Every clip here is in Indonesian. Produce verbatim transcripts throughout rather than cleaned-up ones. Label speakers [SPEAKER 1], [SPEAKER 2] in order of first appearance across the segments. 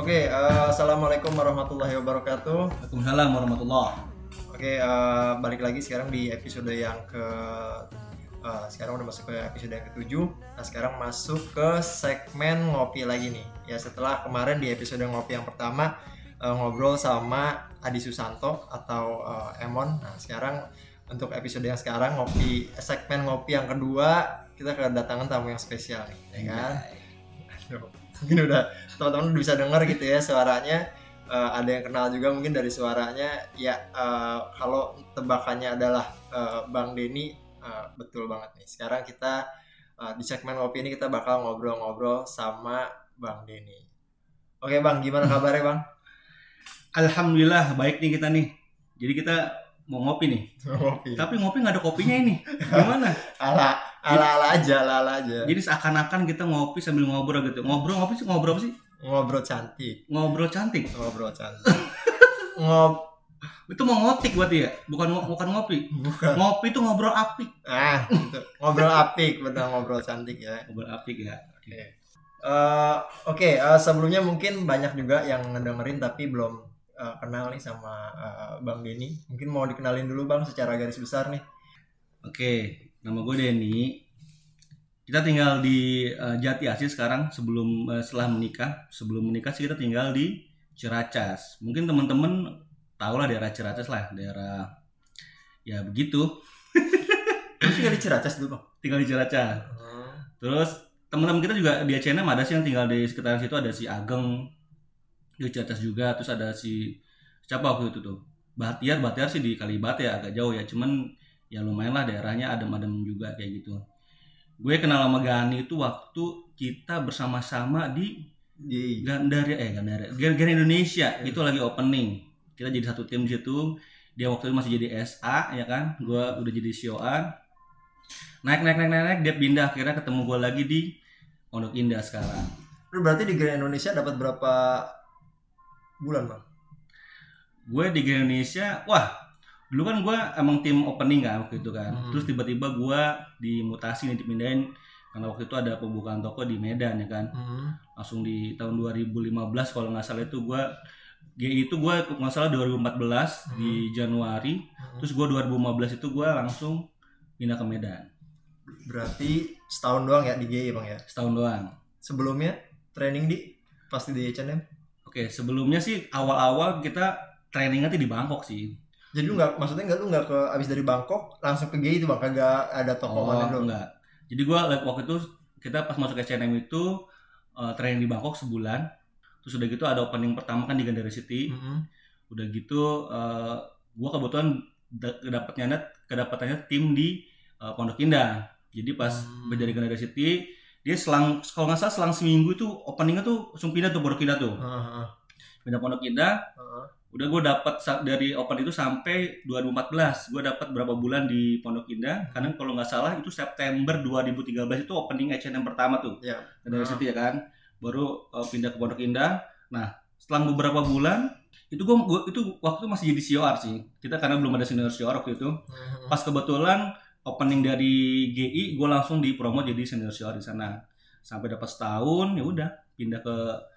[SPEAKER 1] Oke, uh, assalamualaikum warahmatullahi wabarakatuh.
[SPEAKER 2] Waalaikumsalam warahmatullahi.
[SPEAKER 1] Oke, uh, balik lagi sekarang di episode yang ke uh, sekarang udah masuk ke episode yang ketujuh. Nah, sekarang masuk ke segmen ngopi lagi nih. Ya, setelah kemarin di episode ngopi yang pertama uh, ngobrol sama Adi Susanto atau uh, Emon. Nah, sekarang untuk episode yang sekarang ngopi segmen ngopi yang kedua kita kedatangan tamu yang spesial nih, ya kan? Mungkin udah teman-teman bisa dengar gitu ya suaranya, uh, ada yang kenal juga mungkin dari suaranya ya. Uh, kalau tebakannya adalah uh, Bang Denny, uh, betul banget nih. Sekarang kita uh, di segmen ngopi ini kita bakal ngobrol-ngobrol sama Bang Denny. Oke Bang, gimana kabarnya Bang?
[SPEAKER 2] Alhamdulillah baik nih kita nih. Jadi kita mau ngopi nih.
[SPEAKER 1] Ngopi.
[SPEAKER 2] Tapi ngopi nggak ada kopinya ini. Gimana?
[SPEAKER 1] ala ala ala aja, ala ala aja.
[SPEAKER 2] Jadi seakan-akan kita ngopi sambil ngobrol gitu. Ngobrol ngopi sih ngobrol apa sih?
[SPEAKER 1] Ngobrol cantik.
[SPEAKER 2] Ngobrol cantik.
[SPEAKER 1] Ngobrol cantik. Ngob
[SPEAKER 2] Itu mau ngotik berarti ya? Bukan bukan ngopi.
[SPEAKER 1] Bukan.
[SPEAKER 2] Ngopi itu ngobrol apik.
[SPEAKER 1] Ah, gitu. Ngobrol apik, benar, ngobrol cantik ya.
[SPEAKER 2] Ngobrol apik ya.
[SPEAKER 1] Oke. Okay. Uh, Oke, okay, uh, sebelumnya mungkin banyak juga yang ngedengerin tapi belum uh, kenal nih sama uh, Bang Denny. Mungkin mau dikenalin dulu Bang secara garis besar nih.
[SPEAKER 2] Oke, okay. Nama gue Denny. Kita tinggal di uh, Jati Asih sekarang sebelum uh, setelah menikah. Sebelum menikah sih kita tinggal di Ciracas. Mungkin teman-teman tahu lah daerah Ciracas lah, daerah ya begitu.
[SPEAKER 1] Terus tinggal di Ciracas dulu Bang?
[SPEAKER 2] Tinggal di Ciracas. Hmm. Terus teman-teman kita juga di A C N M ada sih yang tinggal di sekitar situ, ada si Ageng di Ciracas juga, terus ada si siapa waktu itu tuh? Bahtiar, Bahtiar sih di Kalibat ya, agak jauh ya, cuman ya lumayan lah daerahnya adem-adem juga kayak gitu. Gue kenal sama Gani itu waktu kita bersama-sama di
[SPEAKER 1] di
[SPEAKER 2] Gandaria eh Gandaria Gandaria Indonesia yeah. Itu lagi opening. Kita jadi satu tim di situ. Dia waktu itu masih jadi S A ya kan. Gue udah jadi C O A. Naik naik naik naik, naik dia pindah, akhirnya ketemu gue lagi di Pondok Indah sekarang.
[SPEAKER 1] Lu berarti di Grand Indonesia dapat berapa bulan Bang?
[SPEAKER 2] Gue di Grand Indonesia, wah dulu kan gue emang tim opening kan waktu itu kan. Hmm. Terus tiba-tiba gue dimutasi nih, dipindahin karena waktu itu ada pembukaan toko di Medan ya kan. Hmm. Langsung di tahun dua ribu lima belas kalau nggak salah itu gue G I itu gue nggak salah dua ribu empat belas hmm. di Januari. Hmm. Terus gue dua ribu lima belas itu gue langsung pindah ke Medan.
[SPEAKER 1] Berarti setahun doang ya di G I Bang ya?
[SPEAKER 2] Setahun doang.
[SPEAKER 1] Sebelumnya training di pasti di A C N M?
[SPEAKER 2] Oke, sebelumnya sih awal-awal kita trainingnya tuh di Bangkok sih.
[SPEAKER 1] Jadi lu nggak, maksudnya nggak lu nggak ke abis dari Bangkok langsung ke G I itu Bang, kagak ada toko
[SPEAKER 2] oh,
[SPEAKER 1] mana dulu?
[SPEAKER 2] Enggak. Jadi gue waktu itu kita pas masuk ke A C N M itu uh, training di Bangkok sebulan. Terus udah gitu ada opening pertama kan di Gandaria City. Mm-hmm. Udah gitu uh, gue kebetulan kedapatnya kedapatannya tim di uh, Pondok Indah. Jadi pas hmm. dari Gandaria City dia selang kalau nggak salah selang seminggu itu openingnya tuh langsung pindah tuh Pondok Indah tuh. Uh-huh. Pindah Pondok Indah. Uh-huh. Udah gue dapat dari open itu sampai dua ribu empat belas gue dapat berapa bulan di Pondok Indah. Hmm. Karena kalau nggak salah itu September dua ribu tiga belas itu opening A C N M pertama tuh. Yeah. Gandaria uh-huh. City ya kan. Baru uh, pindah ke Pondok Indah. Nah setelah beberapa bulan itu gue, gue itu waktu itu masih jadi C O R sih. Kita karena belum ada senior C O R waktu itu. Uh-huh. Pas kebetulan opening dari G I gue langsung dipromot jadi senior C O R di sana. Sampai dapat setahun ya udah pindah ke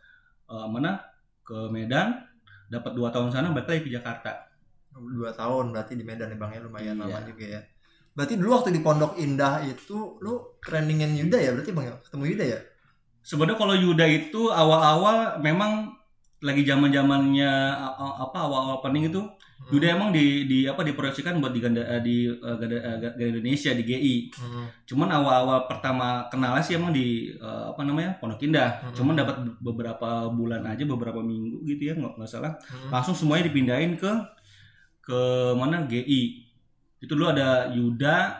[SPEAKER 2] uh, mana? Ke Medan. Dapat dua tahun sana balik lagi ke Jakarta.
[SPEAKER 1] Dua tahun berarti di Medan ya Bang ya, lumayan iya. Lama juga ya. Berarti dulu waktu di Pondok Indah itu lu trainingin Yuda ya berarti Bang ya? Ketemu Yuda ya?
[SPEAKER 2] Sebenarnya kalau Yuda itu awal-awal memang lagi zaman-zamannya apa awal-awal opening itu hmm. Yuda emang di di apa diproyeksikan buat di Ganda di uh, Ganda, uh, Ganda Indonesia di G I. Hmm. Cuman awal-awal pertama kenalnya sih emang di uh, apa namanya Pondok Indah. Hmm. Cuman dapat beberapa bulan aja, beberapa minggu gitu ya nggak nggak salah. Hmm. Langsung semuanya dipindahin ke ke mana G I. Itu dulu ada Yuda,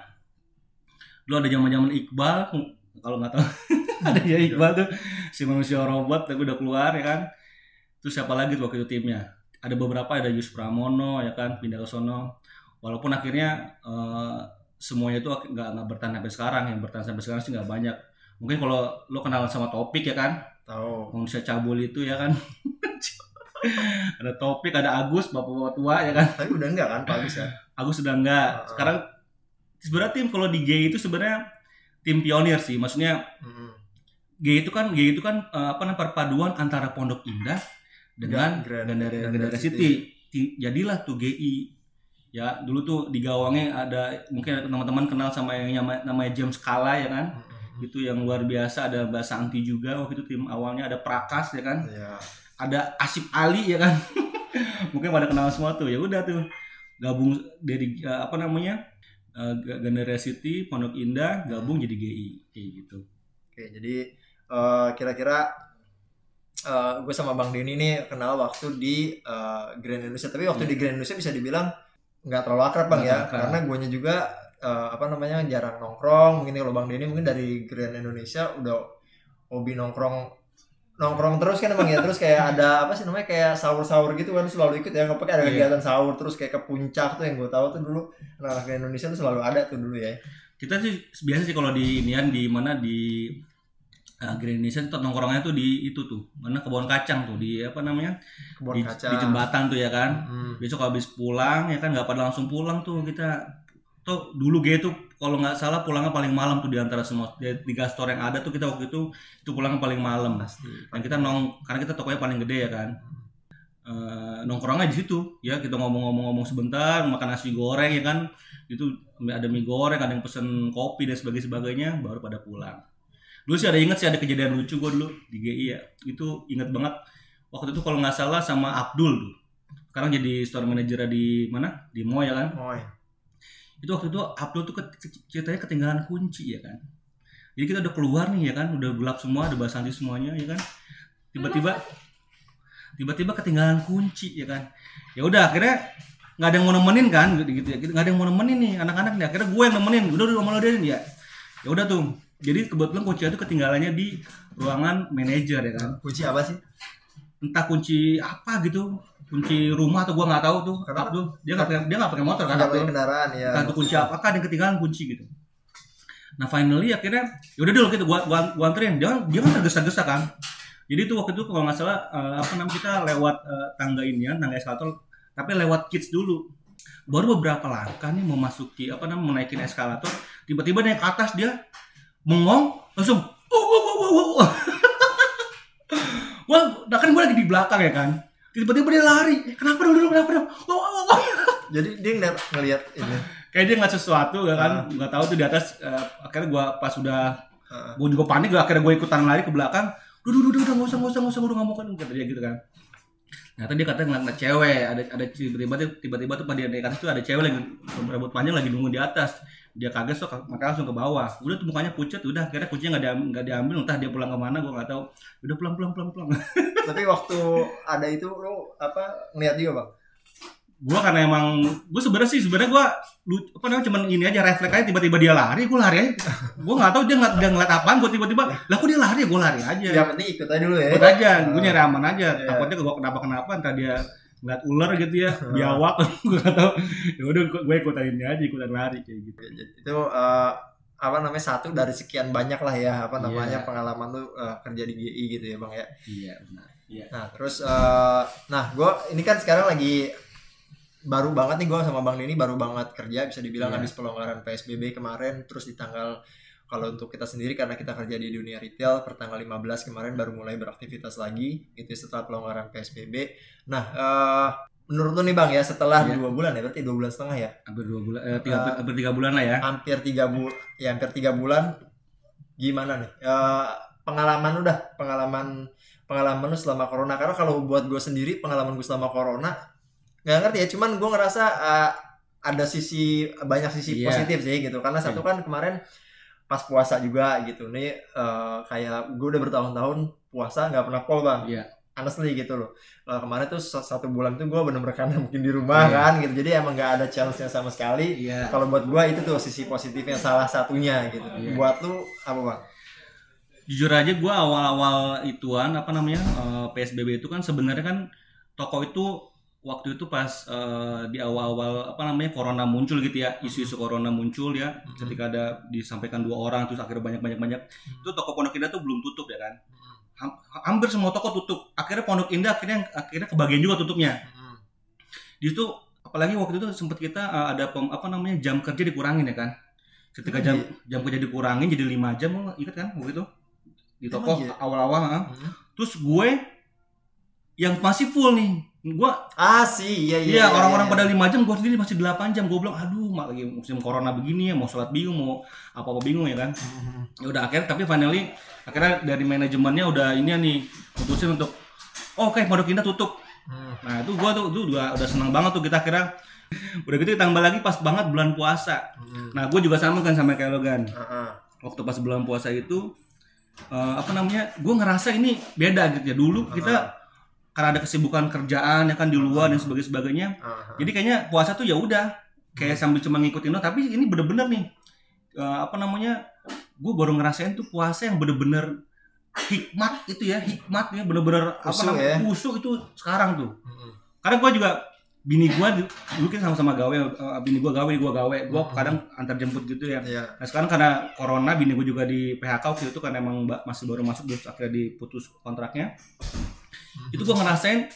[SPEAKER 2] dulu ada zaman-zaman Iqbal kalau nggak tahu ada ya Iqbal tuh si manusia robot tapi udah keluar ya kan. Terus siapa lagi tuh waktu itu timnya? Ada beberapa, ada Yus Pramono ya kan pindah ke sono. Walaupun akhirnya uh, semuanya itu nggak nggak bertahan sampai sekarang. Yang bertahan sampai sekarang sih nggak banyak. Mungkin kalau lo kenal sama Topik ya kan?
[SPEAKER 1] Tahu.
[SPEAKER 2] Manusia cabul itu ya kan. Ada Topik, ada Agus, bapak-bapak tua ya kan.
[SPEAKER 1] Tapi udah enggak kan Pak Agus ya?
[SPEAKER 2] Agus sudah enggak. Sekarang sebenarnya tim kalau di G I itu sebenarnya tim pionir sih. Maksudnya hmm. G itu kan G itu kan uh, apa namanya perpaduan antara Pondok Indah dengan Gandaria City. City. Jadilah tuh G I. Ya, dulu tuh di gawangnya ada mungkin teman-teman kenal sama yang namanya James Kala ya kan. Mm-hmm. Itu yang luar biasa, ada Mbak Santi juga waktu itu tim awalnya, ada Prakas ya kan. Yeah. Ada Asif Ali ya kan. Mungkin pada kenal semua tuh. Ya udah tuh gabung dari uh, apa namanya? Uh, Gandaria City, Pondok Indah gabung jadi G I kayak gitu.
[SPEAKER 1] Oke, jadi uh, kira-kira uh, gue sama Bang Denny nih kenal waktu di uh, Grand Indonesia. Tapi waktu yeah. di Grand Indonesia bisa dibilang nggak terlalu akrab Bang ya, akrab. Karena guanya juga uh, apa namanya jarang nongkrong. Mungkin kalau Bang Denny mungkin dari Grand Indonesia udah hobi nongkrong nongkrong terus kan Bang ya. Terus kayak ada apa sih namanya kayak sahur-sahur gitu kan selalu ikut ya. Pakai ada kegiatan yeah. sahur terus kayak ke puncak tuh yang gue tahu tuh dulu. Nah, ke Indonesia tuh selalu ada tuh dulu ya.
[SPEAKER 2] Kita sih biasa sih kalau di inian di mana di uh, Grand Indonesia tuh nongkrongnya tuh di itu tuh. Mana kebun kacang tuh di apa namanya?
[SPEAKER 1] Kebun
[SPEAKER 2] di,
[SPEAKER 1] kacang.
[SPEAKER 2] Di jembatan tuh ya kan.
[SPEAKER 1] Mm-hmm.
[SPEAKER 2] Besok habis pulang ya kan enggak pada langsung pulang tuh kita. Tuh dulu gitu kalau nggak salah pulangnya paling malam tuh di antara semua tiga store yang ada tuh kita waktu itu itu pulangnya paling malam pasti. Dan kita nong karena kita tokonya paling gede ya kan. Uh, nongkrongnya di situ ya, kita ngomong-ngomong-ngomong sebentar, makan nasi goreng ya kan. Itu ada mie goreng, ada yang pesen kopi dan sebagainya, baru pada pulang. Dulu sih ada inget sih ada kejadian lucu gue dulu di G I ya. Itu inget banget. Waktu itu kalau nggak salah sama Abdul tuh. Sekarang jadi store manager di mana? Di Moy ya kan?
[SPEAKER 1] Moy.
[SPEAKER 2] Itu waktu itu Abdul tuh ceritanya ketinggalan kunci ya kan. Jadi kita udah keluar nih ya kan, udah gelap semua, ada basanti semuanya ya kan. Tiba-tiba tiba-tiba ketinggalan kunci ya kan. Ya udah akhirnya nggak ada yang mau nemenin kan gitu ya. Nggak ada yang mau nemenin nih anak-anak nih. Akhirnya gue yang nemenin. Udah udah malah dia ya. Ya udah tuh. Jadi kebetulan kunci itu ketinggalannya di ruangan manajer ya kan.
[SPEAKER 1] Kunci apa sih?
[SPEAKER 2] Entah kunci apa gitu. Kunci rumah atau gua nggak tahu tuh. Abdul dia nggak pakai dia nggak pakai motor kan,
[SPEAKER 1] nggak pakai kendaraan ya.
[SPEAKER 2] Entah tuh kunci apa kan yang ketinggalan kunci gitu. Nah finally akhirnya yaudah dulu gitu gua gua, gua anterin, dia dia kan tergesa-gesa kan. Jadi tuh waktu itu kalau nggak salah uh, apa namanya kita lewat uh, tangga ini ya, tangga eskalator, tapi lewat kids dulu. Baru beberapa langkah nih mau masuki apa namanya menaikin eskalator, tiba-tiba naik ke atas dia mengong langsung. Uh, uh, uh, uh, uh. Wah, nah kan gua lagi di belakang ya kan. Tiba-tiba dia lari. Eh, kenapa dulu? Kenapa dulu? Oh, oh, oh.
[SPEAKER 1] Jadi dia ngeliat, ngeliat ini.
[SPEAKER 2] Kayak dia ngeliat sesuatu gak kan? Uh. Gak tahu tuh di atas. Uh, akhirnya gue pas udah, uh. gue juga panik. Akhirnya gue ikutan lari ke belakang. Duh, duh, duh, udah nggak usah, nggak usah, nggak usah, udah nggak mau kan? Kata dia gitu kan. Nah, tadi dia katanya ngeliat cewek. Ada, ada tiba-tiba, tiba-tiba tuh pada di atas itu ada cewek lagi rambut panjang lagi nunggu di atas. Dia kaget so, makanya langsung ke bawah. Udah tuh mukanya pucat. Udah akhirnya kuncinya nggak diambil, nggak diambil. Entah dia pulang kemana, gue nggak tahu. Udah pulang, pulang, pulang, pulang.
[SPEAKER 1] Tapi waktu ada itu lu apa ngeliat juga Bang?
[SPEAKER 2] Gua karena emang gua sebenarnya sih sebenarnya gua lu apa namanya cuman ini aja refleks aja tiba-tiba dia lari, gua lari aja. Gua enggak tahu dia enggak dia ngeliat apaan, gua tiba-tiba lah kok dia lari, gua lari aja.
[SPEAKER 1] Ya penting ikut aja dulu ya.
[SPEAKER 2] Ikut aja, gua nyari aman aja. Yeah. Takutnya gua kenapa-kenapa entar dia ngeliat ular gitu ya, biawak gua enggak tahu. Ya udah gua ikutan ini aja, ikutan lari kayak gitu.
[SPEAKER 1] Itu uh, apa namanya satu dari sekian banyak lah ya apa namanya yeah. pengalaman lu uh, kerja di G I gitu ya Bang ya.
[SPEAKER 2] Iya, benar. Iya.
[SPEAKER 1] Nah, terus uh, nah gua ini kan sekarang lagi baru banget nih gue sama Bang Denny baru banget kerja bisa dibilang yeah. habis pelonggaran P S B B kemarin, terus di tanggal kalau untuk kita sendiri karena kita kerja di dunia retail per tanggal lima belas kemarin baru mulai beraktivitas lagi itu setelah pelonggaran P S B B. Nah uh, menurut lu nih Bang ya setelah yeah. dua bulan ya berarti dua bulan setengah ya
[SPEAKER 2] hampir dua bulan eh, tiga, uh, hampir tiga bulan lah ya
[SPEAKER 1] hampir tiga bulan ya hampir tiga bulan gimana nih uh, pengalaman udah pengalaman pengalaman lu selama corona, karena kalau buat gue sendiri pengalaman gue selama corona nggak ngerti ya, cuman gue ngerasa uh, ada sisi banyak sisi yeah. positif sih gitu, karena satu kan kemarin pas puasa juga gitu nih uh, kayak gue udah bertahun-tahun puasa nggak pernah pol Bang yeah. honestly gitu loh. Uh, kemarin tuh satu bulan tuh gue bener-bener karena mungkin di rumah yeah. kan gitu, jadi emang nggak ada challenge-nya sama sekali yeah. Kalau buat gue itu tuh sisi positifnya salah satunya gitu yeah. Buat lu apa Bang?
[SPEAKER 2] Jujur aja gue awal-awal ituan apa namanya uh, P S B B itu kan sebenarnya kan toko itu waktu itu pas uh, di awal-awal apa namanya corona muncul gitu ya, isu-isu corona muncul ya, mm-hmm. ketika ada disampaikan dua orang terus akhirnya banyak-banyak-banyak mm-hmm. itu toko Pondok Indah tuh belum tutup ya kan, Ham- hampir semua toko tutup, akhirnya Pondok Indah akhirnya akhirnya kebagian juga tutupnya. Mm-hmm. Di situ apalagi waktu itu sempat kita uh, ada pem, apa namanya jam kerja dikurangin ya kan, ketika jam jam kerja dikurangin jadi lima jam, ingat kan waktu itu di toko
[SPEAKER 1] iya?
[SPEAKER 2] awal-awal.
[SPEAKER 1] Hmm.
[SPEAKER 2] Terus gue yang masih full nih. Gue
[SPEAKER 1] ah sih iya iya.
[SPEAKER 2] Iya, orang-orang
[SPEAKER 1] iya,
[SPEAKER 2] pada lima jam, gue sendiri masih delapan jam. Gue bilang, aduh, mak lagi musim corona begini ya, mau sholat bingung, mau apa-apa bingung ya kan. Hmm. Ya udah akhirnya, tapi finally akhirnya dari manajemennya udah ini nih putusin untuk oh, oke okay, Pondok Indah tutup. Hmm. Nah itu gue tuh, tuh udah, udah seneng banget tuh kita akhirnya. Udah gitu ditambah lagi pas banget bulan puasa. Hmm. Nah gue juga sama kan sama kayak lo kan. Uh-huh. Waktu pas bulan puasa itu uh, apa namanya, gue ngerasa ini beda gitu ya. Dulu uh-huh. kita karena ada kesibukan kerjaan ya kan di luar uh-huh. dan sebagainya sebagainya. Uh-huh. Jadi kayaknya puasa tuh ya udah kayak uh-huh. sambil cuma ngikutin lo. Tapi ini bener-bener nih uh, apa namanya, gue baru ngerasain tuh puasa yang bener-bener hikmat itu ya, hikmat ya bener-bener apa namanya, khusyuk itu sekarang tuh. Uh-huh. Karena gue juga bini gue mungkin sama-sama gawe, uh, bini gue gawe, gue gawe, gue uh-huh. kadang antar jemput gitu ya. Yeah. Nah sekarang karena corona, bini gue juga di P H K waktu itu karena emang masih baru masuk, terus akhirnya diputus kontraknya. Uh-huh. Itu gue ngerasain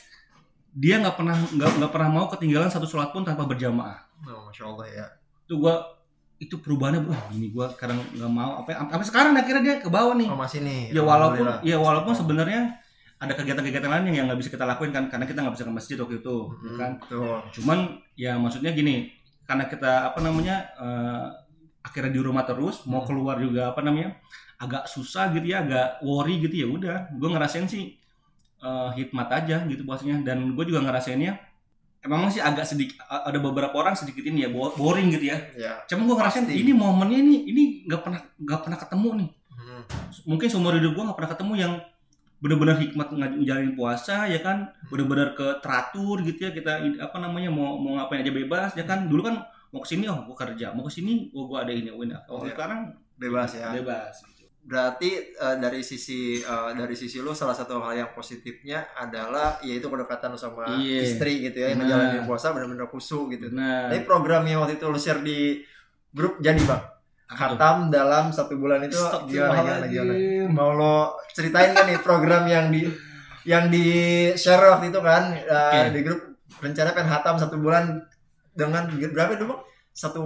[SPEAKER 2] dia nggak pernah nggak nggak pernah mau ketinggalan satu sholat pun tanpa berjamaah.
[SPEAKER 1] Oh, Masya Allah ya.
[SPEAKER 2] Itu gue itu perubahannya, wah bini gue sekarang nggak mau apa, apa sekarang akhirnya dia ke bawah nih.
[SPEAKER 1] Oh masih nih.
[SPEAKER 2] Ya walaupun ya walaupun sebenarnya ada kegiatan-kegiatan lain yang nggak bisa kita lakuin kan, karena kita nggak bisa ke masjid waktu itu, hmm, kan. Betul. Cuman ya maksudnya gini, karena kita apa namanya uh, akhirnya di rumah terus, mau keluar juga apa namanya agak susah gitu ya, agak worry gitu ya. Udah, gue ngerasain sih uh, hikmat aja gitu puasanya, dan gue juga ngerasainnya emang sih agak sedikit, ada beberapa orang sedikit ini ya boring gitu ya. Ya Cuma gue ngerasain pasti. Ini momennya ini ini nggak pernah nggak pernah ketemu nih. Hmm. Mungkin seumur hidup gue nggak pernah ketemu yang benar-benar hikmat ngejalanin puasa ya kan, benar-benar ke teratur gitu ya, kita apa namanya mau mau ngapain aja bebas ya kan. Dulu kan mau kesini oh gue kerja, mau kesini oh gue ada ini oh ini. Oh ya. Sekarang
[SPEAKER 1] bebas ya.
[SPEAKER 2] Bebas. Gitu.
[SPEAKER 1] Berarti uh, dari sisi uh, dari sisi lu salah satu hal yang positifnya adalah yaitu kedekatan lu sama yeah. istri gitu ya, yang nah. menjalani puasa benar-benar khusyuk gitu. Nah. Tapi programnya waktu itu lu share di grup jadi bang. Khatam dalam satu bulan itu gimana, gimana, gimana? Mau lo ceritain kan nih program yang di yang di share waktu itu kan uh, okay. di grup, rencana pengen khatam satu bulan dengan berapa itu bang? Satu.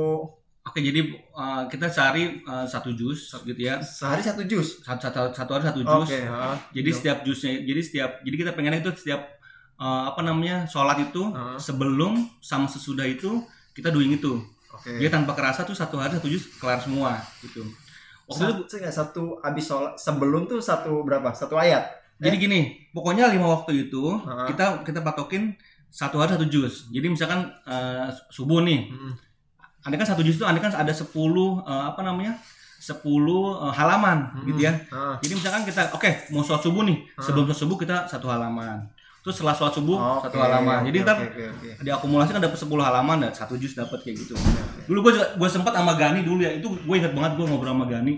[SPEAKER 2] Oke, jadi uh, kita sehari uh, satu jus gitu ya.
[SPEAKER 1] Sehari satu jus.
[SPEAKER 2] Satu satu, satu hari satu jus.
[SPEAKER 1] Okay, uh,
[SPEAKER 2] jadi yuk. setiap jusnya, jadi setiap, jadi kita pengennya itu setiap uh, apa namanya sholat itu uh. sebelum sama sesudah itu kita doing itu. Okay. Dia tanpa kerasa tuh satu hari satu jus kelar semua gitu.
[SPEAKER 1] Waktu itu nggak satu abis sholat sebelum tuh satu berapa? Satu ayat.
[SPEAKER 2] Jadi eh? gini, pokoknya lima waktu itu uh-huh. kita kita patokin satu hari satu jus. Jadi misalkan uh, subuh nih, hmm. andai kan satu jus itu andai kan ada sepuluh uh, apa namanya sepuluh uh, halaman hmm. gitu ya. Uh. Jadi misalkan kita oke okay, mau sholat subuh nih, uh. sebelum sholat subuh kita satu halaman. Terus setelah sholat subuh okay, satu halaman. Jadi okay, ntar okay, okay. diakumulasi kan dapat sepuluh halaman dan satu jus dapat kayak gitu. Okay. Dulu gue juga gue sempat sama Gani dulu ya. Itu gue ingat banget gue ngobrol sama Gani.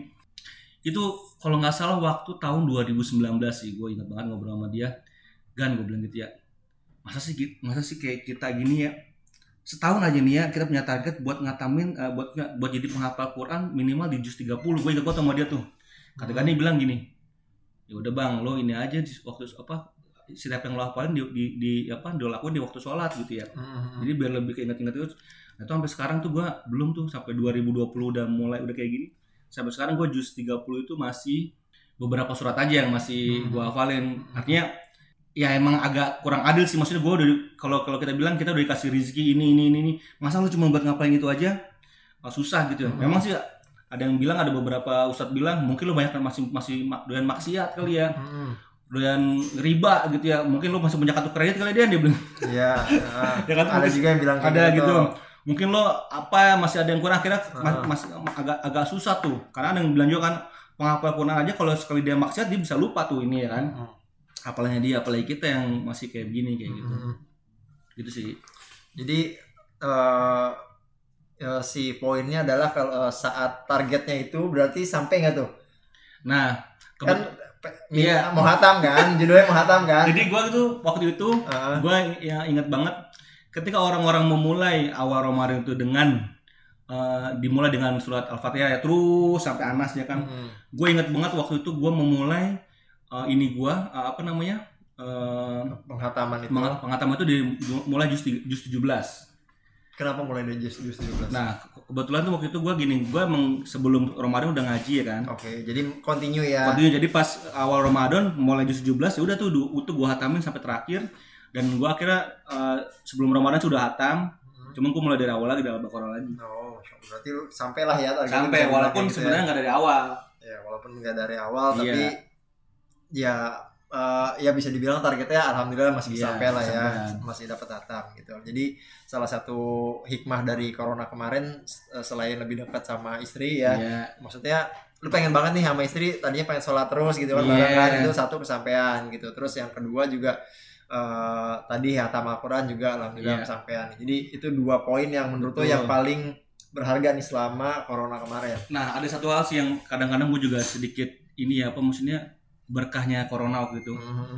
[SPEAKER 2] Itu kalau nggak salah waktu tahun dua ribu sembilan belas sih, gue ingat banget ngobrol sama dia. Gan, gue bilang gitu ya. Masa sih masa sih kayak kita gini ya. Setahun aja nih ya kita punya target buat ngatamin uh, buat buat jadi penghafal Quran minimal di jus tiga puluh. Gue ingat banget sama dia tuh. Kata Gani bilang gini. Ya udah Bang, lo ini aja waktu apa setiap yang lo hafalin di, di, di apa dilakuin di waktu sholat gitu ya. Mm-hmm. Jadi biar lebih keinget-inget terus. Nah, itu sampai sekarang tuh gue belum tuh sampai dua ribu dua puluh udah mulai udah kayak gini. Sampai sekarang gue juz tiga puluh itu masih beberapa surat aja yang masih mm-hmm. gue hafalin. Artinya ya emang agak kurang adil sih, maksudnya gue udah kalau kalau kita bilang kita udah dikasih rezeki ini ini ini ini. Masa lu cuma buat ngapalin itu aja? Oh, susah gitu ya. Mm-hmm. Memang sih ada yang bilang, ada beberapa ustadz bilang mungkin lu banyak masih masih doyan maksiat kali ya. Mm-hmm. Dan riba gitu ya, mungkin lo masih punya kartu kredit kali dia dia bilang. Iya. Ya kan, ada juga yang bilang kayak ada gitu. gitu. Mungkin lo apa masih ada yang kurang, akhirnya uh. masih agak agak susah tuh. Karena ada yang bilang juga kan penghafal Quran aja kalau sekali dia maksiat dia bisa lupa tuh ini ya kan. Uh. Apalagi dia, apalagi kita yang masih kayak begini kayak gitu. Uh. Gitu sih. Jadi
[SPEAKER 1] uh, uh, si poinnya adalah kalau uh, saat targetnya itu berarti sampai nggak tuh?
[SPEAKER 2] Nah,
[SPEAKER 1] kan iya, mau hatam kan, judulnya mau hatam kan.
[SPEAKER 2] Jadi gue tuh waktu itu uh. gue ya ingat banget ketika orang-orang memulai awal Ramadan itu dengan uh, dimulai dengan surat Al-Fatihah ya terus sampai Anas ya kan. Uh. Gue ingat banget waktu itu gue memulai uh, ini gue uh, apa namanya uh,
[SPEAKER 1] penghataman itu.
[SPEAKER 2] Penghataman itu dimulai juz juz tujuh belas. Kenapa
[SPEAKER 1] mulai dari jus tujuh belas?
[SPEAKER 2] Nah, kebetulan tuh waktu itu gue gini, gue emang sebelum Ramadan udah ngaji ya kan.
[SPEAKER 1] Oke, okay, jadi continue ya.
[SPEAKER 2] Continue, jadi pas awal Ramadan mulai jus tujuh belas ya udah tuh utuh gue hatamin sampai terakhir. Dan gue akhirnya uh, sebelum Ramadan sudah hatam. Hmm. Cuman gue mulai dari awal lagi dalam Al-Baqarah lagi.
[SPEAKER 1] Oh, berarti lu sampailah ya.
[SPEAKER 2] Sampai walaupun gitu sebenarnya nggak ya. dari awal.
[SPEAKER 1] Ya, walaupun nggak dari awal, yeah. tapi ya uh, ya bisa dibilang targetnya alhamdulillah masih yeah, sampai lah ya, masih dapat hatam gitu. Jadi salah satu hikmah dari corona kemarin selain lebih dekat sama istri ya, yeah. maksudnya lu pengen banget nih sama istri, tadinya pengen sholat terus gitu kan, yeah. bareng itu satu kesampaian gitu. Terus yang kedua juga uh, tadi hatam Al-Quran juga alhamdulillah yeah. kesampaian. Jadi itu dua poin yang menurut lu yang paling berharga nih selama corona kemarin.
[SPEAKER 2] Nah ada satu hal sih yang kadang-kadang gue juga sedikit ini ya apa maksudnya berkahnya corona waktu itu. Mm-hmm.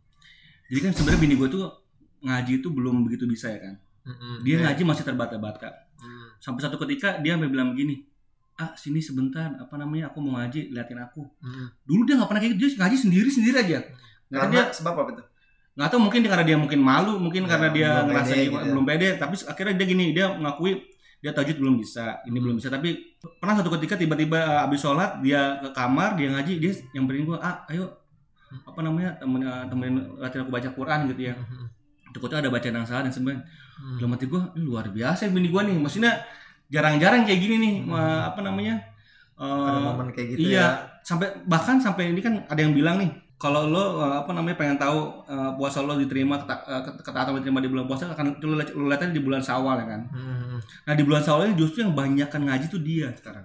[SPEAKER 2] Jadi kan sebenarnya bini gue tuh ngaji itu belum begitu bisa ya kan. Mm-hmm. Dia yeah. ngaji masih terbata-bata. Mm. Sampai satu ketika dia sampai bilang begini, ah sini sebentar, apa namanya aku mau ngaji, liatin aku. Mm. Dulu dia nggak pernah kayak gitu, dia ngaji sendiri-sendiri aja.
[SPEAKER 1] Karena dia sebab apa itu?
[SPEAKER 2] Nggak tahu, mungkin karena dia mungkin malu, mungkin ya, karena dia ngerasa pede, gitu belum pede. Tapi akhirnya dia gini, dia mengakui dia tahajud belum bisa, ini hmm. belum bisa. Tapi pernah satu ketika tiba-tiba uh, abis sholat dia ke kamar, dia ngaji, dia yang beri gue, ah ayo apa namanya temen temenin latihan aku baca Quran gitu ya. Hmm. Takutnya ada bacaan yang salah dan sebenarnya hmm. dalam hati gue luar biasa bini gue nih, maksudnya jarang-jarang kayak gini nih, hmm. uh, apa namanya uh,
[SPEAKER 1] ada momen kayak gitu
[SPEAKER 2] iya,
[SPEAKER 1] ya.
[SPEAKER 2] Sampai bahkan sampai ini kan ada yang bilang nih, kalau lo uh, apa namanya pengen tahu uh, puasa lo diterima ketaatan uh, diterima di bulan puasa, akan lo, lo lihatnya di bulan Syawal ya kan. Hmm. Nah di bulan Syawal ini justru yang banyakkan ngaji tuh dia sekarang.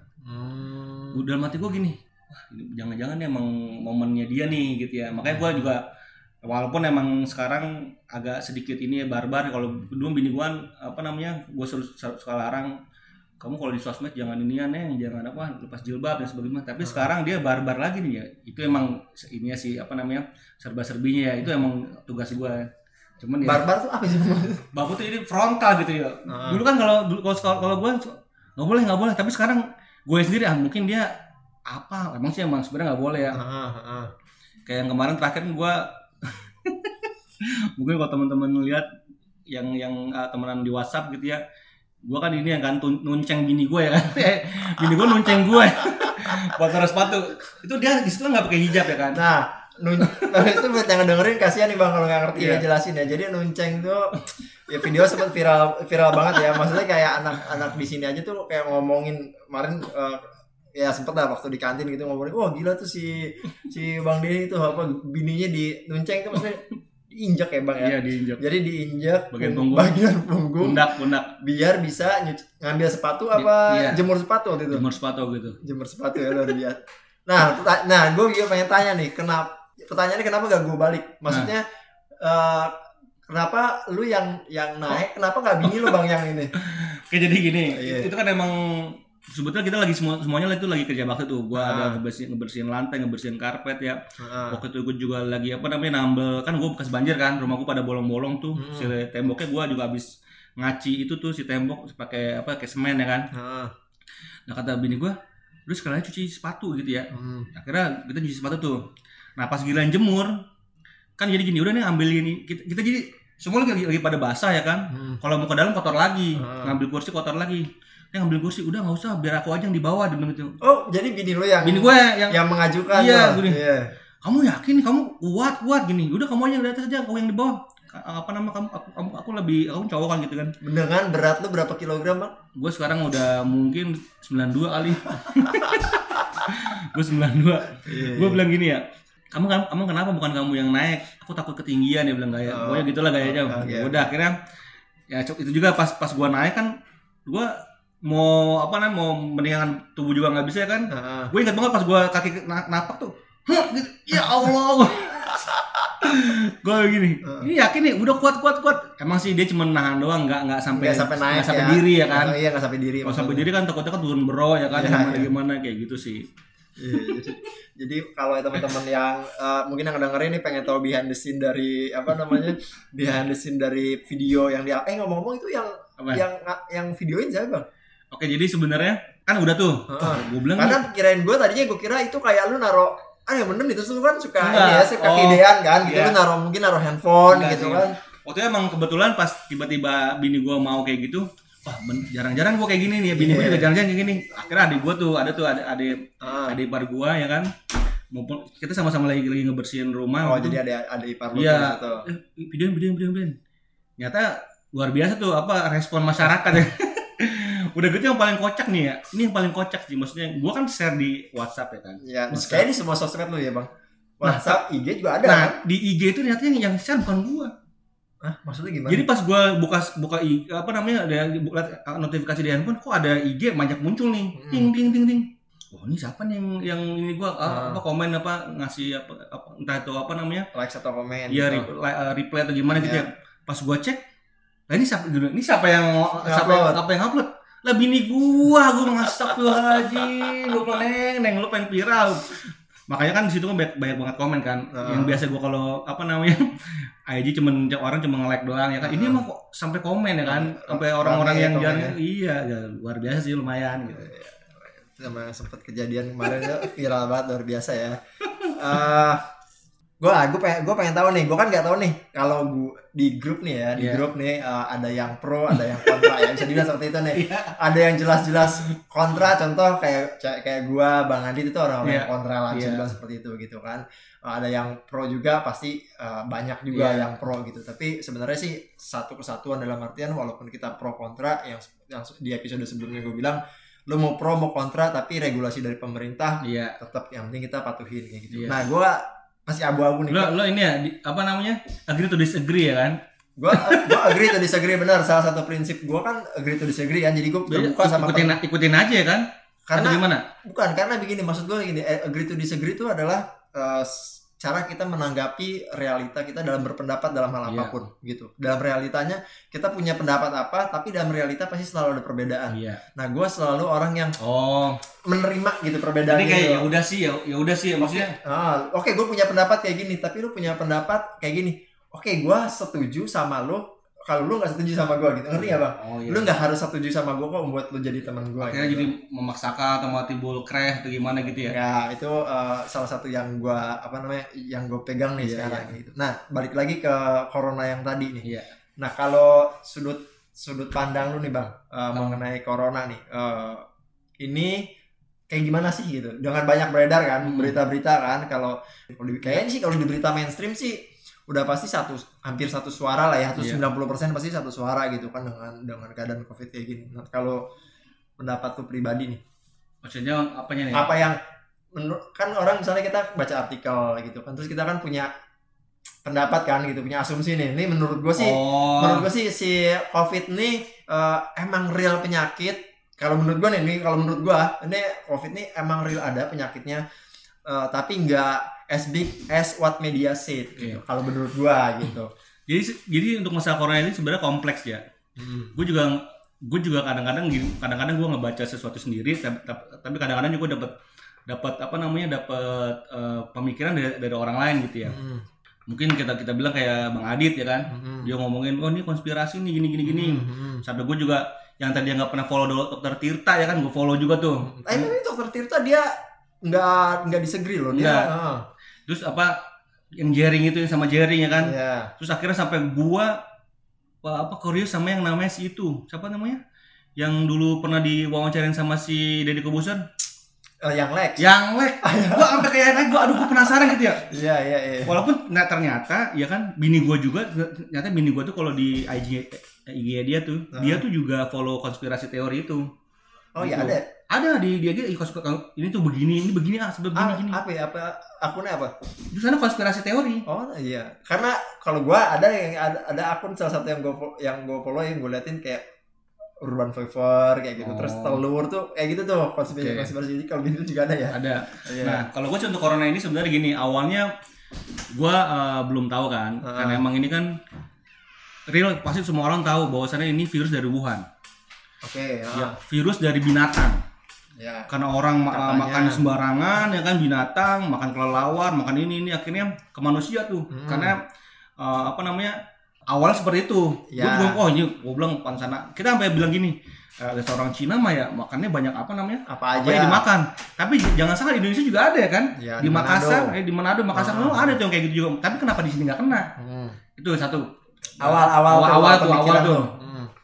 [SPEAKER 2] Hmm. Dalam hati gue gini, wah ini jangan-jangan emang momennya dia nih gitu ya. Makanya gue juga walaupun emang sekarang agak sedikit ini ya barbar, kalau dulu bini gue apa namanya gue suka larang, kamu kalau di sosmed jangan inian ya, jangan apa lepas jilbab dan sebagainya. Tapi hmm. sekarang dia barbar lagi nih ya. Itu emang ininya sih apa namanya serba-serbinya ya. Itu emang tugas gue. Cuman ya.
[SPEAKER 1] Barbar tuh apa sih?
[SPEAKER 2] Barbar tuh ini frontal gitu ya. Hmm. Dulu kan kalau kalau kalau gue nggak boleh nggak boleh. Tapi sekarang gue sendiri ah mungkin dia apa? Emang sih emang sebenarnya nggak boleh ya. Hmm. Hmm. Kayak yang kemarin terakhir gue mungkin kalau teman-teman lihat yang yang uh, temenan di WhatsApp gitu ya. Gue kan ini yang kan nunceng bini gue ya kan. Bini gue nunceng gue buat taruh sepatu. Itu dia di situ nggak pakai hijab ya kan.
[SPEAKER 1] Nah, nun- itu buat yang dengerin kasihan nih Bang kalau nggak ngerti yeah. ya jelasin ya. Jadi nunceng tuh ya video sempat viral viral banget ya. Maksudnya kayak anak-anak di sini aja tuh kayak ngomongin kemarin uh, ya sempet lah waktu di kantin gitu ngomongin, wah gila tuh si si Bang Denny itu apa bininya di nunceng itu maksudnya diinjak ya Bang ya.
[SPEAKER 2] Iya, diinjak.
[SPEAKER 1] Jadi diinjak
[SPEAKER 2] bagian punggung.
[SPEAKER 1] Bagian punggung.
[SPEAKER 2] Pundak, pundak.
[SPEAKER 1] Biar bisa nyuci, ngambil sepatu apa iya. jemur sepatu waktu itu.
[SPEAKER 2] Jemur sepatu gitu.
[SPEAKER 1] Jemur sepatu ya luar biasa. Nah, ta- nah gue juga pengen tanya nih, kenapa pertanyaannya kenapa gak gue balik? Maksudnya nah. uh, kenapa lu yang yang naik, kenapa gak bini lu Bang yang ini?
[SPEAKER 2] Kayak jadi gini, iya. itu kan emang sebetulnya kita lagi semua semuanya itu lagi kerja bakti tuh. Gua ah. ada ngebersihin, ngebersihin lantai, ngebersihin karpet ya. Ah. Waktu itu gue juga lagi apa namanya nambel, kan gue bekas banjir kan, rumah gue pada bolong-bolong tuh. Hmm. Si temboknya gue juga habis ngaci itu tuh si tembok pakai apa kayak semen ya kan. Ah. Nah kata bini gue, lu sekalian cuci sepatu gitu ya. Hmm. Akhirnya kita cuci sepatu tuh. Nah pas giliran jemur, kan jadi gini, udah nih ambil ini kita, kita jadi semua lagi, lagi pada basah ya kan. Hmm. Kalau mau ke dalam kotor lagi, ah. ngambil kursi kotor lagi. Dia ngambil kursi, udah nggak usah, biar aku aja yang di bawah dia bilang gitu.
[SPEAKER 1] Oh, jadi bini lo yang
[SPEAKER 2] bini gue yang
[SPEAKER 1] yang mengajukan.
[SPEAKER 2] Iya, gue yeah. Kamu yakin kamu kuat kuat gini? Udah kamu aja yang di atas aja, aku yang di bawah. Apa nama kamu? Aku aku, aku lebih aku cowok kan gitu kan.
[SPEAKER 1] Dengan berat lo berapa kilogram Bang?
[SPEAKER 2] Gue sekarang udah mungkin sembilan puluh dua kali. Gue sembilan puluh dua. Yeah, gue yeah. bilang gini ya. Kamu kan, kamu kenapa bukan kamu yang naik? Aku takut ketinggian dia bilang gaya. Oh, pokoknya gitulah gayanya. Oh, okay. Udah akhirnya ya itu juga pas pas gue naik kan, gue mau apa namanya mau mendingan tubuh juga nggak bisa ya kan. Uh-huh. Gue ingat banget pas gue kaki napak tuh, gitu. Ya Allah. Gue begini, uh. ini yakin nih udah kuat kuat kuat. Emang sih dia cuma nahan doang, nggak nggak sampai
[SPEAKER 1] nggak sampai naik,
[SPEAKER 2] nggak sampai
[SPEAKER 1] ya.
[SPEAKER 2] diri ya kan.
[SPEAKER 1] Oh, iya nggak sampai diri.
[SPEAKER 2] Kalau sampai diri kan takutnya kan turun bro ya kan, gimana yeah, gimana kayak gitu sih.
[SPEAKER 1] Yeah, jadi, jadi kalau teman-teman yang uh, mungkin yang dengerin ini pengen tahu behind the scene dari apa namanya behind the scene dari video yang dia eh ngomong-ngomong itu yang apa? yang yang videoin siapa Bang?
[SPEAKER 2] Oke, jadi sebenarnya kan udah tuh.
[SPEAKER 1] Uh, gue bilang karena nih, kirain gue tadinya gue kira itu kayak lu naro ah yang bener itu lu kan suka ini ya suka oh, idean kan gitu yeah. Lu naro mungkin naro handphone enggak gitu sih. Kan.
[SPEAKER 2] Waktu itu emang kebetulan pas tiba-tiba bini gue mau kayak gitu, wah jarang-jarang gue kayak gini nih, bini gue
[SPEAKER 1] yeah.
[SPEAKER 2] juga jarang-jarang kayak gini. Akhirnya adik gue tuh ada tuh ada adik
[SPEAKER 1] ah.
[SPEAKER 2] adik ipar gue ya kan, mumpung kita sama-sama lagi lagi ngebersihin rumah.
[SPEAKER 1] Oh jadi ada ada ipar lu
[SPEAKER 2] iya,
[SPEAKER 1] tuh.
[SPEAKER 2] Eh, videoin videoin videoin. Nyata luar biasa tuh apa respon masyarakat ya. Udah gitu yang paling kocak nih ya. Ini yang paling kocak sih, maksudnya gue kan share di WhatsApp ya kan.
[SPEAKER 1] Iya, kayak di semua sosmed lu ya bang. WhatsApp, nah, I G juga ada.
[SPEAKER 2] Nah
[SPEAKER 1] kan?
[SPEAKER 2] di I G itu ternyata yang yang share bukan gue.
[SPEAKER 1] Hah, maksudnya gimana?
[SPEAKER 2] Jadi pas gue buka buka I, apa namanya ada notifikasi di handphone, kok ada I G banyak muncul nih, hmm. ting ting ting ting. Oh ini siapa nih yang yang ini gue hmm. apa komen apa ngasih apa, apa entah itu apa namanya
[SPEAKER 1] like atau komen.
[SPEAKER 2] Iya gitu. reply, reply atau gimana yeah. gitu ya. Pas gue cek, nah ini siapa ini siapa yang siapa yang, apa yang upload? Lah bini gua, gua astagfirullahaladzim, gua pengen neng lu pengen viral. Makanya kan di situ kan banyak, banyak banget komen kan. Uh. Yang biasa gua kalau apa namanya I G cuman orang cuma nge-like doang ya kan. Uh. Ini emang kok sampai komen ya kan, sampai uh. orang-orang yang jarang. Iya, ya, luar biasa sih lumayan gitu.
[SPEAKER 1] Sama sempat kejadian kemarin viral banget luar biasa ya. Uh, gue gue pengen gue pengen tahu nih, gue kan nggak tahu nih kalau gue di grup nih ya di yeah. grup nih uh, ada yang pro ada yang kontra ya, bisa dibilang seperti itu nih. Yeah. Ada yang jelas-jelas kontra, contoh kayak kayak gue Bang Adit itu orang-orang yeah. yang kontra lah, bisa yeah. dibilang seperti itu gitu kan. Uh, ada yang pro juga pasti uh, banyak juga yeah. yang pro gitu, tapi sebenarnya sih satu kesatuan dalam artian walaupun kita pro kontra, yang yang di episode sebelumnya gue bilang lo mau pro mau kontra tapi regulasi dari pemerintah yeah. tetap yang penting kita patuhin kayak gitu. Yeah. Nah gue masih abu-abu nih.
[SPEAKER 2] Lo lo ini ya di, apa namanya? Agree to disagree ya kan?
[SPEAKER 1] Gua gua agree to disagree, benar. Salah satu prinsip gua kan agree to disagree kan. Jadi gua terbuka sama
[SPEAKER 2] ikutin per... ikutin aja ya kan?
[SPEAKER 1] Karena
[SPEAKER 2] atau gimana?
[SPEAKER 1] Bukan, karena begini maksud gua gini, agree to disagree itu adalah uh, cara kita menanggapi realita kita dalam berpendapat dalam hal apapun yeah. gitu. Dalam realitanya kita punya pendapat apa, tapi dalam realita pasti selalu ada perbedaan. Yeah. Nah, gue selalu orang yang
[SPEAKER 2] oh
[SPEAKER 1] menerima gitu perbedaan.
[SPEAKER 2] Jadi kayak ya udah sih ya, ya udah sih maksudnya.
[SPEAKER 1] Ah, oke, okay, gue punya pendapat kayak gini, tapi lu punya pendapat kayak gini. Oke, okay, gue setuju sama lu. Kalau lu nggak setuju sama gue gitu, ngerti nggak bang? Oh, iya. Lu nggak harus setuju sama gue kok membuat lu jadi teman gue.
[SPEAKER 2] Akhirnya gitu. Jadi memaksakan atau mau timbul crash atau gimana gitu ya?
[SPEAKER 1] Ya itu uh, salah satu yang gue apa namanya, yang gue pegang nih yeah, sekarang yeah. gitu. Nah balik lagi ke corona yang tadi nih. Yeah. Nah kalau sudut sudut pandang lu nih bang uh, oh. mengenai corona nih, uh, ini kayak gimana sih gitu? Dengan banyak beredar kan hmm. berita-berita kan, kalau kayaknya sih kalau di berita mainstream sih udah pasti satu hampir satu suara lah ya, atau yeah. sembilan puluh persen pasti satu suara gitu kan dengan dengan keadaan Covid kayak gini. Nah, kalau pendapat tuh pribadi nih.
[SPEAKER 2] Maksudnya apanya nih?
[SPEAKER 1] Apa yang menurut kan orang misalnya kita baca artikel gitu kan, terus kita kan punya pendapat kan gitu, punya asumsi nih. Ini menurut gue sih oh. menurut gue sih si Covid nih uh, emang real penyakit. Kalau menurut gue nih, kalau menurut gue ini Covid nih emang real ada penyakitnya, uh, tapi enggak as big as what media said gitu. Okay. Kalau menurut gua gitu.
[SPEAKER 2] Jadi jadi untuk masalah corona ini sebenarnya kompleks ya. Hmm. Gue juga gue juga kadang-kadang kadang-kadang gue ngebaca sesuatu sendiri, tapi kadang-kadang juga dapat dapat apa namanya dapat uh, pemikiran dari dari orang lain gitu ya. Hmm. Mungkin kita kita bilang kayak Bang Adit ya kan, hmm. dia ngomongin oh ini konspirasi nih gini gini gini. Hmm. Sampai gue juga yang tadi nggak pernah follow dokter Tirta ya kan, gue follow juga tuh.
[SPEAKER 1] Eh tapi dokter Tirta dia nggak nggak disagree loh dia. Uh.
[SPEAKER 2] Terus apa yang jaring itu sama jaring ya kan?
[SPEAKER 1] Yeah.
[SPEAKER 2] Terus akhirnya sampai gua apa kurius sama yang namanya si itu. Siapa namanya? Yang dulu pernah diwawancarain sama si Deddy Corbuzier.
[SPEAKER 1] Uh, yang Lex.
[SPEAKER 2] Yang Lex. Gua sampai kayak naik gua aduh gua penasaran gitu ya.
[SPEAKER 1] Iya iya iya.
[SPEAKER 2] Walaupun nggak ternyata ya kan bini gua juga ternyata bini gua tuh kalau di I G I G dia tuh, uh-huh. dia tuh juga follow konspirasi teori itu.
[SPEAKER 1] Oh iya ada.
[SPEAKER 2] Ada di dia gitu ini tuh begini ini begini ah sebab begini gini.
[SPEAKER 1] Apa ya apa akunnya apa?
[SPEAKER 2] Di sana konspirasi teori.
[SPEAKER 1] Oh iya. Karena kalau gua ada yang ada, ada akun salah satu yang gua yang gua follow yang gua liatin kayak Urban Fever kayak gitu. Oh. Terus telur tuh kayak gitu tuh konspirasi okay. konspirasi ini kalau gitu juga ada ya.
[SPEAKER 2] Ada. Yeah. Nah, kalau gua sih untuk corona ini sebenarnya gini, awalnya gua uh, belum tahu kan. Uh-huh. Karena emang ini kan real pasti semua orang tahu bahwasannya ini virus dari Wuhan.
[SPEAKER 1] Oke, okay,
[SPEAKER 2] ya. Ya, virus dari binatang. Ya. Karena orang uh, makan sembarangan ya kan, binatang, makan kelelawar, makan ini ini akhirnya ke manusia tuh. Hmm. Karena uh, apa namanya? Awalnya seperti itu. Ya. Gue bilang, oh ini gue bilang pansana. Kita sampai bilang gini, ada seorang Cina mah ya makannya banyak apa namanya?
[SPEAKER 1] Apa aja
[SPEAKER 2] apa yang dimakan. Tapi jangan salah di Indonesia juga ada ya kan?
[SPEAKER 1] Ya,
[SPEAKER 2] di, di Makassar, eh di Manado, Makassar hmm. ada tuh yang kayak gitu juga. Tapi kenapa di sini nggak kena? Hmm. Itu satu.
[SPEAKER 1] Awal-awal
[SPEAKER 2] awal-awal tuh, awal tuh.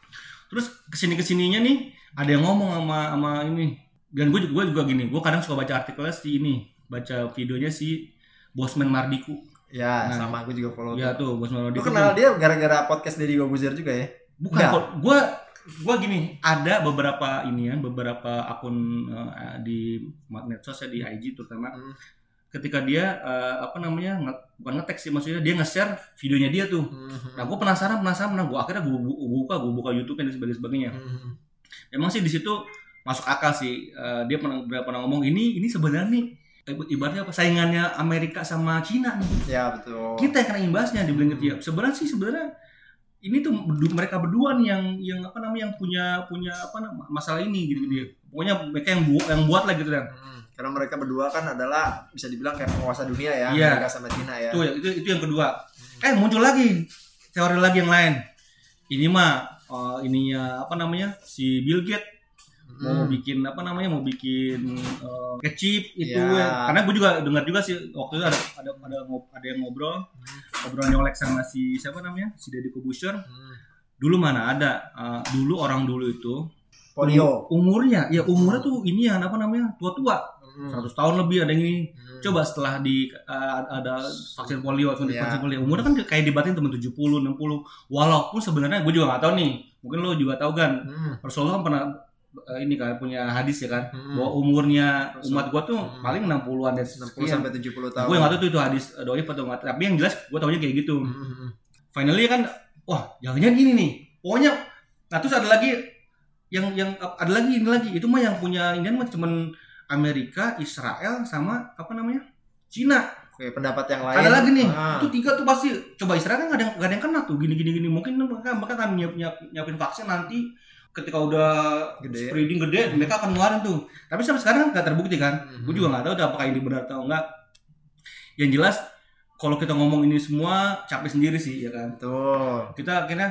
[SPEAKER 2] Terus kesini kesininya nih ada yang ngomong sama sama ini. Dan gue juga, juga gini, gue kadang suka baca artikelnya si ini, baca videonya si Bosman Mardiku.
[SPEAKER 1] Ya, nah, sama gue juga follow.
[SPEAKER 2] Ya tuh, Bosman Mardiku.
[SPEAKER 1] Lu kenal dia gara-gara podcast Deddy Corbuzier juga ya?
[SPEAKER 2] Bukan, gue gue gini, ada beberapa ini ya, beberapa akun uh, di medsos ya, di I G terutama. Hmm. Ketika dia uh, apa namanya nge- bukan nge-tag sih, maksudnya dia nge-share videonya dia tuh. Hmm. Nah, gue penasaran, penasaran, nah gue akhirnya gue buka, gue buka YouTube-nya dan sebagainya. Hmm. Emang sih di situ masuk akal sih. Uh, dia pernah pernah ngomong ini ini sebenarnya nih ibaratnya apa saingannya Amerika sama Cina nih.
[SPEAKER 1] Ya betul.
[SPEAKER 2] Kita yang kena imbasnya dibilang gitu ya. Sebenarnya sih sebenarnya ini tuh mereka berdua nih yang yang apa namanya yang punya punya apa namanya masalah ini gitu gitu. Pokoknya mereka yang buat yang buat lah gitu kan.
[SPEAKER 1] Hmm. Karena mereka berdua kan adalah bisa dibilang kayak penguasa dunia ya,
[SPEAKER 2] yeah.
[SPEAKER 1] Amerika sama Cina ya.
[SPEAKER 2] Itu itu itu yang kedua. Hmm. Eh muncul lagi teori lagi yang lain. Ini mah uh, ininya apa namanya si Bill Gates mau hmm. bikin apa namanya mau bikin uh, kecip itu yeah. ya. Karena gue juga dengar juga sih waktu itu ada ada ada, ada yang ngobrol hmm. ngobrol nyolek sama si siapa namanya si Deddy Corbuzier. Hmm. Dulu mana ada uh, dulu orang dulu itu
[SPEAKER 1] polio
[SPEAKER 2] um, umurnya ya umurnya tuh ini ya apa namanya tua-tua hmm. seratus tahun lebih ada yang ini. Hmm. Coba setelah di uh, ada vaksin polio atau yeah. vaksin polio umurnya kan kayak dibatin teman tujuh puluh enam puluh walaupun sebenarnya gue juga enggak tahu nih. Mungkin lo juga tahu kan. Hmm. Rasulullah kan pernah ini kan punya hadis ya kan hmm. bahwa umurnya umat gua tuh hmm. paling enam puluhan dan
[SPEAKER 1] enam puluh sampai tujuh puluh tahun.
[SPEAKER 2] Gue enggak tahu tuh itu hadis doi atau enggak, tapi yang jelas gua taunya kayak gitu. Hmm. Finally kan wah, jangan-jangan gini nih. Pokoknya nah terus ada lagi yang yang ada lagi ini lagi. Itu mah yang punya ini mah cuman Amerika, Israel sama apa namanya? Cina.
[SPEAKER 1] Oke, pendapat yang lain.
[SPEAKER 2] Ada lagi nih. Ah. Itu tiga tuh pasti coba Israel kan enggak ada enggak ada yang kena tuh gini-gini gini. Mungkin mereka mereka akan nyiap, nyiap, nyiapin vaksin nanti ketika udah gede. Spreading gede, hmm. mereka akan ngeluarin tuh. Tapi sampai sekarang kan nggak terbukti kan. Hmm. Gue juga nggak tahu apakah ini benar atau enggak. Yang jelas, kalau kita ngomong ini semua capek sendiri sih, ya kan.
[SPEAKER 1] Tuh.
[SPEAKER 2] Kita akhirnya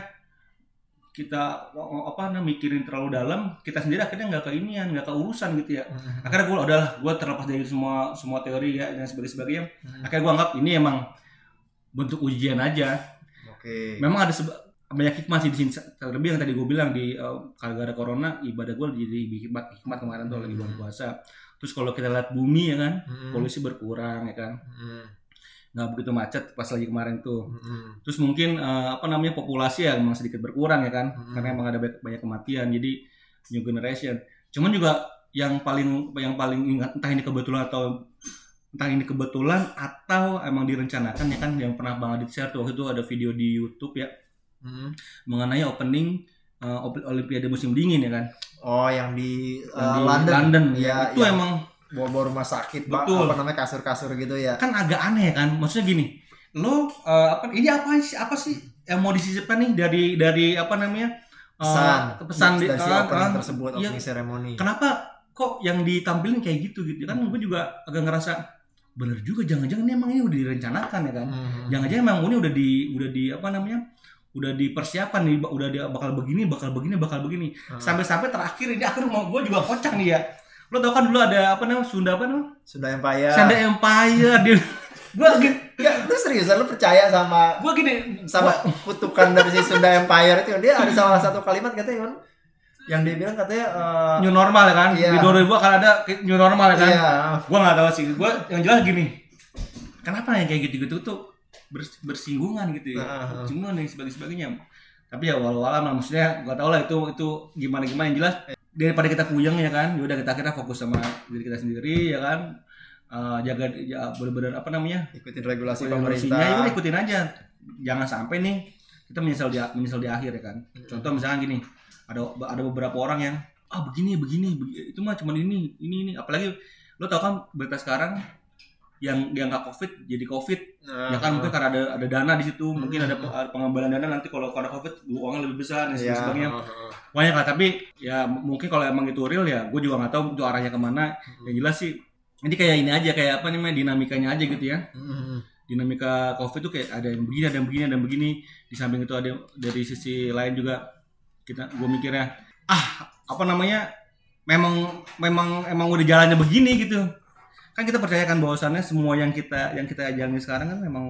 [SPEAKER 2] kita apa namanya mikirin terlalu dalam, kita sendiri akhirnya nggak keinian, nggak keurusan gitu ya. Hmm. Akhirnya gue udahlah, gue terlepas dari semua semua teori ya dan sebagainya. Hmm. Akhirnya gue anggap ini emang bentuk ujian aja.
[SPEAKER 1] Oke. Okay.
[SPEAKER 2] Memang ada seba- banyak hikmah sih di sini, terlebih yang tadi gue bilang di uh, gara-gara corona ibadah gue jadi hikmat hikmat kemarin tuh hmm. lagi bulan puasa. Terus kalau kita lihat bumi ya kan hmm. polusi berkurang ya kan hmm. nggak begitu macet pas lagi kemarin tuh. Hmm. Terus mungkin uh, apa namanya populasi ya memang sedikit berkurang ya kan hmm. karena emang ada banyak, banyak kematian jadi new generation. Cuman juga yang paling yang paling ingat entah ini kebetulan atau entah ini kebetulan atau emang direncanakan ya kan yang pernah Bang Adit share tuh waktu itu ada video di YouTube ya. Hmm. mengenai opening uh, Olimpiade musim dingin ya kan.
[SPEAKER 1] Oh yang di, uh,
[SPEAKER 2] yang di
[SPEAKER 1] London.
[SPEAKER 2] London
[SPEAKER 1] ya,
[SPEAKER 2] itu
[SPEAKER 1] ya.
[SPEAKER 2] Emang
[SPEAKER 1] bawa-bawa rumah sakit
[SPEAKER 2] betul.
[SPEAKER 1] Apa namanya kasur-kasur gitu ya.
[SPEAKER 2] Kan agak aneh kan. Maksudnya gini, lo uh, apa ini apa sih apa sih yang mau disisipkan nih dari dari apa namanya
[SPEAKER 1] uh, pesan
[SPEAKER 2] pesan di
[SPEAKER 1] dari si
[SPEAKER 2] uh,
[SPEAKER 1] opening
[SPEAKER 2] uh,
[SPEAKER 1] tersebut
[SPEAKER 2] iya,
[SPEAKER 1] opening ceremony.
[SPEAKER 2] Kenapa kok yang ditampilin kayak gitu gitu kan? Hmm. Gue juga agak ngerasa bener juga jangan-jangan ini emang ini udah direncanakan ya kan. Hmm. Jangan-jangan emang ini udah di udah di apa namanya? udah dipersiapkan nih, udah dia bakal begini, bakal begini, bakal begini. Hmm. Sampai-sampai terakhir ini akhir mau gue juga kocak nih ya. Lo tau kan dulu ada apa namanya Sunda apa namanya?
[SPEAKER 1] Sunda Empire.
[SPEAKER 2] Sunda Empire dia. Gue gini,
[SPEAKER 1] ya lu seriusan lu percaya sama
[SPEAKER 2] gue gini
[SPEAKER 1] sama gua, kutukan dari si Sunda Empire itu dia ada salah satu kalimat katanya kan yang dia bilang katanya uh,
[SPEAKER 2] new normal ya kan. Iya. Di dua ribu akan ada new normal ya kan. Iya. Gue nggak tahu sih. Gue yang jelas gini. Kenapa yang kayak gitu-gitu tuh bersinggungan gitu ya, uh, bersinggungan dan sebagainya. Tapi ya walau-walau lah, maksudnya gak tau lah itu itu gimana gimana yang jelas daripada kita puyeng ya kan, yaudah kita kita fokus sama diri kita sendiri ya kan, uh, jaga ya, benar-benar apa namanya
[SPEAKER 1] ikutin regulasi
[SPEAKER 2] pemerintah, ya udah ikutin aja, jangan sampai nih kita menyesal di menyesal di akhir ya kan. Contoh misalnya gini, ada ada beberapa orang yang ah begini begini, begini itu mah cuma ini ini ini, apalagi lo tau kan berita sekarang yang yang nggak covid jadi covid uh, ya kan mungkin karena ada ada dana di situ uh, mungkin ada pengambilan dana nanti kalau karena covid uangnya lebih besar dan yeah, sebagainya uh, uh. banyak lah. Tapi ya mungkin kalau emang itu real ya gue juga nggak tahu itu arahnya kemana. uh. Yang jelas sih ini kayak ini aja kayak apa namanya dinamikanya aja gitu ya. uh. Dinamika covid tuh kayak ada yang begini ada yang begini ada yang begini, di samping itu ada dari sisi lain juga kita gue mikirnya ah apa namanya memang memang emang udah jalannya begini gitu. Kan kita percayakan bahwasannya semua yang kita yang kita jalani sekarang kan memang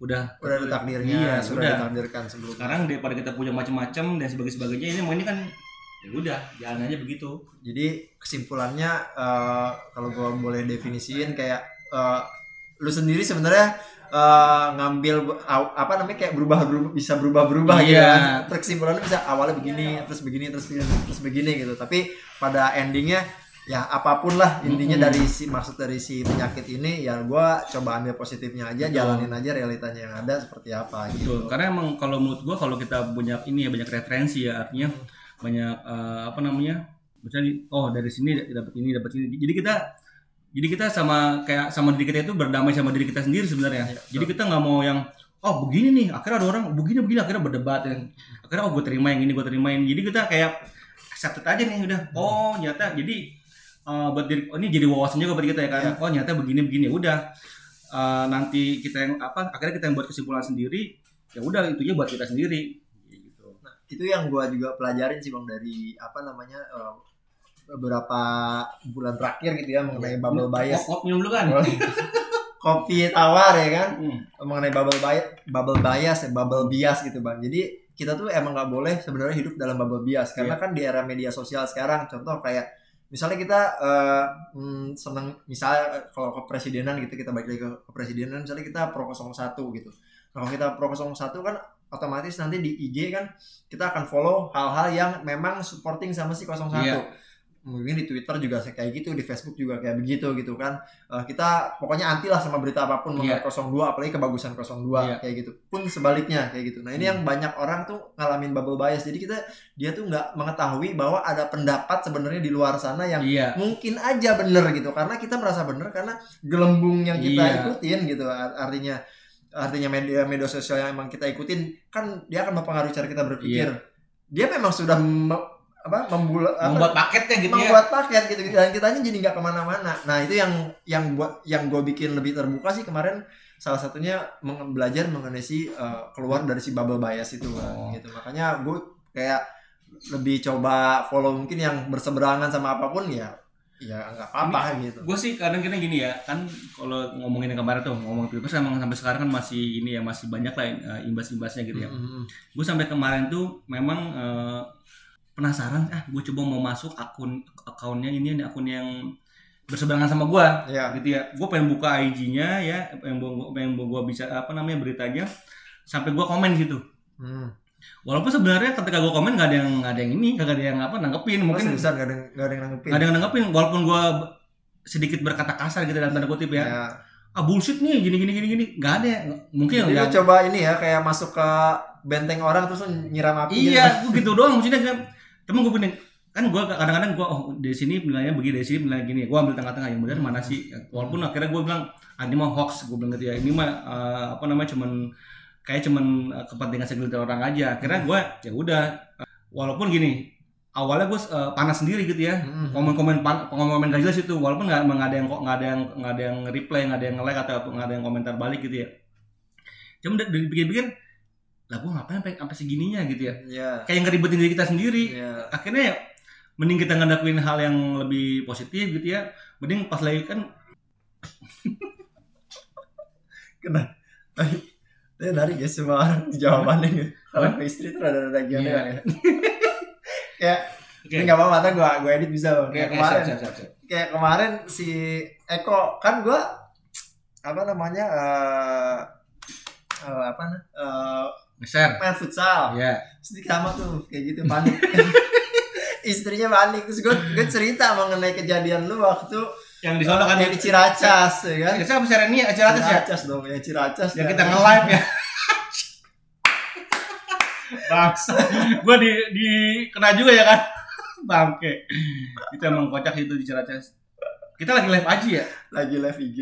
[SPEAKER 2] udah
[SPEAKER 1] udah ada takdirnya,
[SPEAKER 2] iya,
[SPEAKER 1] sudah
[SPEAKER 2] udah
[SPEAKER 1] ditakdirkan sebelumnya.
[SPEAKER 2] Sekarang daripada kita punya macam-macam dan sebagainya, ini ini kan ya udah jalan aja begitu.
[SPEAKER 1] Jadi kesimpulannya uh, kalau gue boleh definisiin kayak uh, lu sendiri sebenarnya uh, ngambil uh, apa namanya kayak berubah-berubah bisa berubah-berubah
[SPEAKER 2] iya.
[SPEAKER 1] gitu kan. Kesimpulannya bisa awalnya begini terus begini terus begini terus begini gitu. Tapi pada endingnya ya apapun lah intinya mm-hmm. dari si maksud dari si penyakit ini ya gue coba ambil positifnya aja. Betul. Jalanin aja realitanya yang ada seperti apa gitu.
[SPEAKER 2] Betul. Karena emang kalau menurut gue kalau kita punya ini ya banyak referensi ya artinya hmm. banyak uh, apa namanya misalnya oh dari sini dapat ini dapat ini jadi kita jadi kita sama kayak sama diri kita itu berdamai sama diri kita sendiri sebenarnya ya, jadi kita nggak mau yang oh begini nih akhirnya ada orang begini begini akhirnya berdebat yang akhirnya oh gue terima yang ini gue terima yang jadi kita kayak accepted aja nih udah oh nyata jadi uh, buat diri oh, ini jadi wawasan juga buat kita ya kan ya. Oh nyata begini begini udah uh, nanti kita yang apa akhirnya kita yang buat kesimpulan sendiri ya udah itunya buat kita sendiri.
[SPEAKER 1] Itu yang gue juga pelajarin sih bang dari apa namanya uh, beberapa bulan terakhir gitu ya mengenai bubble bias.
[SPEAKER 2] Kok minum dulu kan?
[SPEAKER 1] Kopi tawar ya kan? Hmm. Mengenai bubble bias, bubble bias, ya, bubble bias gitu bang. Jadi kita tuh emang nggak boleh sebenarnya hidup dalam bubble bias karena yeah. kan di era media sosial sekarang, contoh kayak misalnya kita uh, hmm, seneng misalnya kalau kepresidenan gitu kita balik lagi ke kepresidenan misalnya kita pro nol satu gitu. Nah, kalau kita pro nol satu kan otomatis nanti di I G kan kita akan follow hal-hal yang memang supporting sama si nol satu. Yeah. Mungkin di Twitter juga kayak gitu, di Facebook juga kayak begitu gitu kan. Uh, kita pokoknya anti lah sama berita apapun mengenai yeah. nol dua apalagi kebagusan nol dua yeah. kayak gitu. Pun sebaliknya kayak gitu. Nah, ini hmm. yang banyak orang tuh ngalamin bubble bias. Jadi kita dia tuh nggak mengetahui bahwa ada pendapat sebenarnya di luar sana yang yeah. mungkin aja bener gitu. Karena kita merasa bener karena gelembung yang kita yeah. ikutin gitu. Artinya artinya media media sosial yang emang kita ikutin kan dia akan mempengaruhi cara kita berpikir. Iya. Dia memang sudah me, apa membula,
[SPEAKER 2] membuat apa, paketnya gitu
[SPEAKER 1] membuat
[SPEAKER 2] ya.
[SPEAKER 1] paket gitu dan kitanya jadi nggak kemana-mana. Nah itu yang yang buat yang gue bikin lebih terbuka sih kemarin salah satunya meng- belajar mengenai si uh, keluar dari si bubble bias itu kan. Oh. Gitu makanya gue kayak lebih coba follow mungkin yang berseberangan sama apapun ya. Ya nggak apa-apa ini, gitu.
[SPEAKER 2] Gue sih kadang-kadang gini ya kan kalau ngomongin yang kemarin tuh ngomong pilpres emang sampai sekarang kan masih ini ya masih banyak lah uh, imbas-imbasnya gitu ya. Mm-hmm. Gue sampai kemarin tuh memang uh, penasaran ah gue coba mau masuk akun akunnya ini akun yang berseberangan sama gue yeah. gitu ya. Gue pengen buka I G-nya ya pengen pengen gue bisa apa namanya beritanya sampai gue komen gitu. Mm. Walaupun sebenarnya ketika gue komen nggak ada yang nggak ada yang ini nggak ada yang apa nanggepin mungkin
[SPEAKER 1] besar nggak ada nggak ada yang nanggepin
[SPEAKER 2] nggak ada yang nanggepin walaupun gue sedikit berkata kasar gitu dalam tanda kutip ya, ya. Ah bullshit nih gini gini gini gini nggak ada mungkin
[SPEAKER 1] jadi yang... coba ini ya kayak masuk ke benteng orang terus nyiram api
[SPEAKER 2] iya gitu. Gitu doang maksudnya kan temen gue bener kan gue kadang-kadang gue oh dari sini nilainya begini dari sini nilainya gini gue ambil tengah-tengah yang benar mana sih walaupun akhirnya gue bilang ah, ini mah hoax gue bilang gitu ya ini mah uh, apa namanya cuman kayak cuman kepentingan segelintir orang aja. Akhirnya gue ya udah walaupun gini awalnya gue uh, panas sendiri gitu ya mm-hmm. komen-komen pan, komen-komen gak jelas itu walaupun nggak nggak ada yang nggak ada yang nggak ada yang reply nggak ada yang like atau nggak ada yang komentar balik gitu ya. Cuma dari pikir-pikir lah gue ngapain sampai sampai segininya gitu ya. Yeah. Kayak ngeribetin diri kita sendiri. Yeah. Akhirnya ya mending kita ngelakuin hal yang lebih positif gitu ya. Mending pas lagi kan
[SPEAKER 1] kena ya dari guys semua orang jawabannya kalau ke istri itu rada-rada gimana yeah. ya kayak okay. Ini nggak apa-apa gue gue edit bisa bang kayak okay, kemarin siap, siap, siap. Kayak kemarin si Eko kan gue apa namanya uh, uh, apa nih uh, main futsal yeah. Sedikit sama tuh kayak gitu panik istrinya panik terus gue gue cerita mengenai kejadian lu waktu
[SPEAKER 2] yang di sana kan
[SPEAKER 1] yang di Ciracas ya kan?
[SPEAKER 2] Saya besar ini Ciracas ya.
[SPEAKER 1] Ciracas dong ya Ciracas.
[SPEAKER 2] Yang kita nge-live ya. Baks. Gua di di kena juga ya kan. Bangke. Itu emang kocak itu di Ciracas. Kita lagi live aja ya?
[SPEAKER 1] Lagi live I G.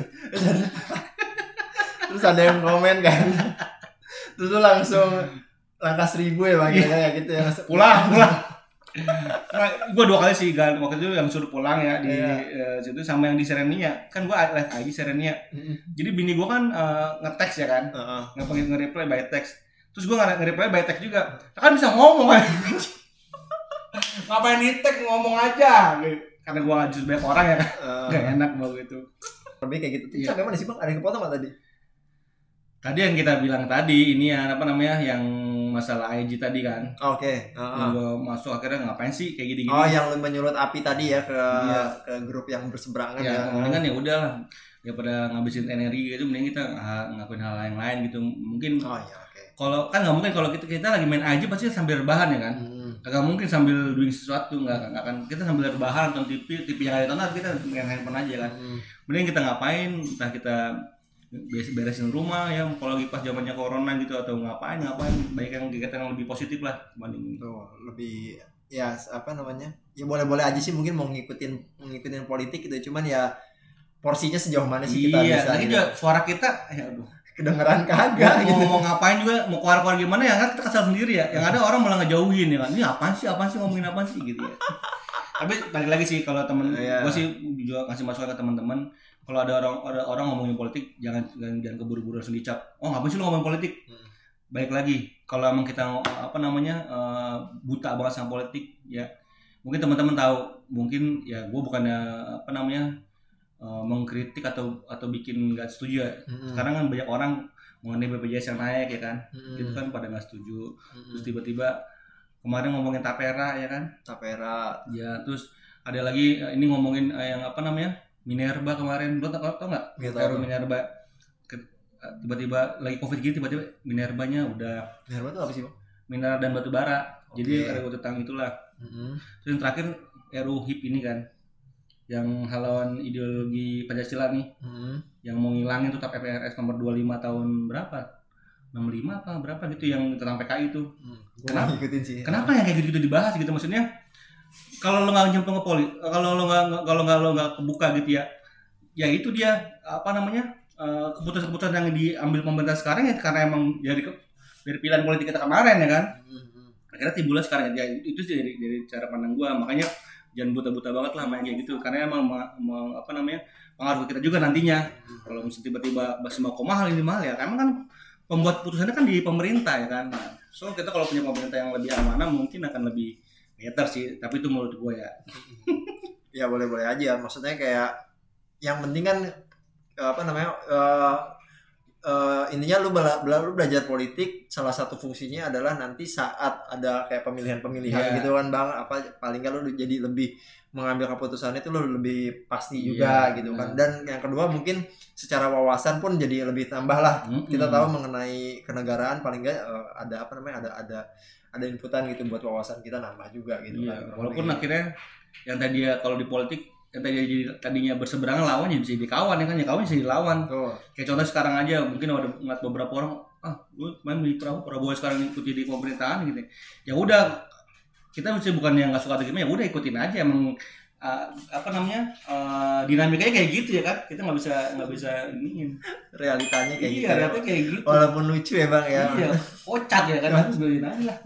[SPEAKER 1] Terus ada yang komen kan. Terus tuh langsung langkah seribu ya Bang kayak gitu ya.
[SPEAKER 2] Pulang, pulang. Nah, gue dua kali sih kan waktu itu yang suruh pulang ya di yeah. uh, situ sama yang di Serenia kan gue live aja Serenia mm-hmm. Jadi bini gue kan uh, nge-text ya kan uh-huh. Nge- nge-reply by text terus gue nggak nge-reply by text juga kan bisa ngomong kan ngapain di-text ngomong aja gitu. Karena gue ngajus banyak orang ya kan uh. Gak enak mau gitu
[SPEAKER 1] tapi kayak gitu yeah. Sampai mana sih bang ada yang kepotong nggak tadi
[SPEAKER 2] Tadi yang kita bilang tadi ini ya apa namanya yang masalah I G tadi kan.
[SPEAKER 1] Oke. Okay. Uh-huh.
[SPEAKER 2] Yang gue masuk akhirnya ngapain sih kayak gini-gini.
[SPEAKER 1] Oh, yang menyulut api tadi ya ke iya. ke grup yang berseberangan
[SPEAKER 2] ya.
[SPEAKER 1] Ya.
[SPEAKER 2] Mendingan ya udah lah. Daripada ngabisin energi gitu mending kita ngakuin hal yang lain gitu. Mungkin
[SPEAKER 1] Oh iya, oke. Okay.
[SPEAKER 2] Kalau kan nggak mungkin kalau kita kita lagi main I G pasti sambil rebahan ya kan. Hmm. Nggak mungkin sambil doing sesuatu, nggak nggak kan. Kita sambil rebahan nonton T V, T V yang ada tonton kita main handphone aja kan. Hmm. Mending kita ngapain, entah kita beresin rumah ya, kalau lagi pas zamannya corona gitu atau ngapain ngapain banyak yang kegiatan yang lebih positif lah dibanding
[SPEAKER 1] tuh lebih ya apa namanya ya boleh-boleh aja sih mungkin mau ngikutin ngikutin politik gitu cuman ya porsinya sejauh mana sih kita
[SPEAKER 2] iya,
[SPEAKER 1] bisa
[SPEAKER 2] lagi
[SPEAKER 1] gitu.
[SPEAKER 2] Juga suara kita ya aduh
[SPEAKER 1] kedengeran kagak
[SPEAKER 2] ya, gitu. Mau, mau ngapain juga mau keluar-keluar gimana ya kan kita kesal sendiri ya yang ada orang malah ngejauhin ya kan ini apaan sih apaan sih ngomongin apaan sih gitu ya. Tapi balik lagi sih kalau temen yeah. gue sih juga ngasih masukan ke teman-teman kalau ada orang ada orang ngomongin politik jangan jangan, jangan keburu-buru langsung dicap oh ngapain sih lu ngomongin politik hmm. Baik lagi kalau emang kita apa namanya uh, buta banget sama politik ya mungkin teman-teman tahu mungkin ya gue bukannya apa namanya uh, mengkritik atau atau bikin nggak setuju ya hmm. Sekarang kan banyak orang mengenai B P J S yang naik ya kan hmm. Itu kan pada nggak setuju hmm. Terus tiba-tiba kemarin ngomongin Tapera ya kan
[SPEAKER 1] Tapera
[SPEAKER 2] ya terus ada lagi ini ngomongin yang apa namanya Minerba kemarin lo tau tau nggak Minerba Minerba tiba-tiba lagi covid gitu tiba-tiba Minerbanya udah
[SPEAKER 1] Minerba itu apa sih bang?
[SPEAKER 2] Mineral dan batu bara okay. Jadi R U tentang itulah mm-hmm. Terus yang terakhir R U H I P ini kan yang haluan ideologi Pancasila nih mm-hmm. Yang mau ngilangin tuh T A P P R S nomor dua puluh lima tahun berapa enam puluh lima apa berapa gitu yang tentang P K I itu hmm, kenapa
[SPEAKER 1] sih.
[SPEAKER 2] Kenapa yang kayak gitu-gitu dibahas gitu maksudnya kalau lo nggak nyemplung ke politik, kalau lo nggak kalau nggak lo nggak kebuka gitu ya, ya itu dia apa namanya uh, keputusan-keputusan yang diambil pemerintah sekarang ya karena emang dari dari pilihan politik kita kemarin ya kan, akhirnya timbullah sekarang ya itu sih dari dari cara pandang gua makanya jangan buta-buta banget lah main kayak gitu karena emang mau apa namanya pengaruh kita juga nantinya kalau misalnya tiba-tiba masih mau mahal ini mahal ya, emang kan pembuat putusannya kan di pemerintah ya kan, nah, so kita kalau punya pemerintah yang lebih amanah mungkin akan lebih better sih, tapi itu menurut gue ya.
[SPEAKER 1] Ya boleh-boleh aja, maksudnya kayak yang penting kan apa namanya uh, uh, intinya lu, bela, lu belajar politik salah satu fungsinya adalah nanti saat ada kayak pemilihan-pemilihan yeah. gitu kan bang, apa paling nggak lu jadi lebih mengambil keputusan itu lu lebih pasti juga yeah, gitu kan. Dan yang kedua mungkin secara wawasan pun jadi lebih tambah lah. Mm-hmm. Kita tahu mengenai kenegaraan paling nggak uh, ada apa namanya ada ada ada inputan gitu buat wawasan kita nambah juga gitu
[SPEAKER 2] iya,
[SPEAKER 1] kan.
[SPEAKER 2] Walaupun gitu. Akhirnya yang tadi ya kalau di politik yang tadi jadi tadinya berseberangan lawan jadi bisa jadi kawan ya kan, ya kawan bisa jadi lawan. Oh. Kayak contoh sekarang aja mungkin ada ngeliat beberapa orang ah lu main di Prabowo sekarang ikut jadi pemerintahan gitu. Ya udah kita mesti bukan yang nggak suka atau gimana ya udah ikutin aja emang uh, apa namanya uh, dinamikanya kayak gitu ya kan, kita nggak bisa nggak bisa iniin
[SPEAKER 1] realitanya kayak
[SPEAKER 2] iya,
[SPEAKER 1] gitu.
[SPEAKER 2] Iya realitanya kayak gitu.
[SPEAKER 1] Walaupun lucu ya bang ya.
[SPEAKER 2] Iya kocak ya kan harus biarin aja lah.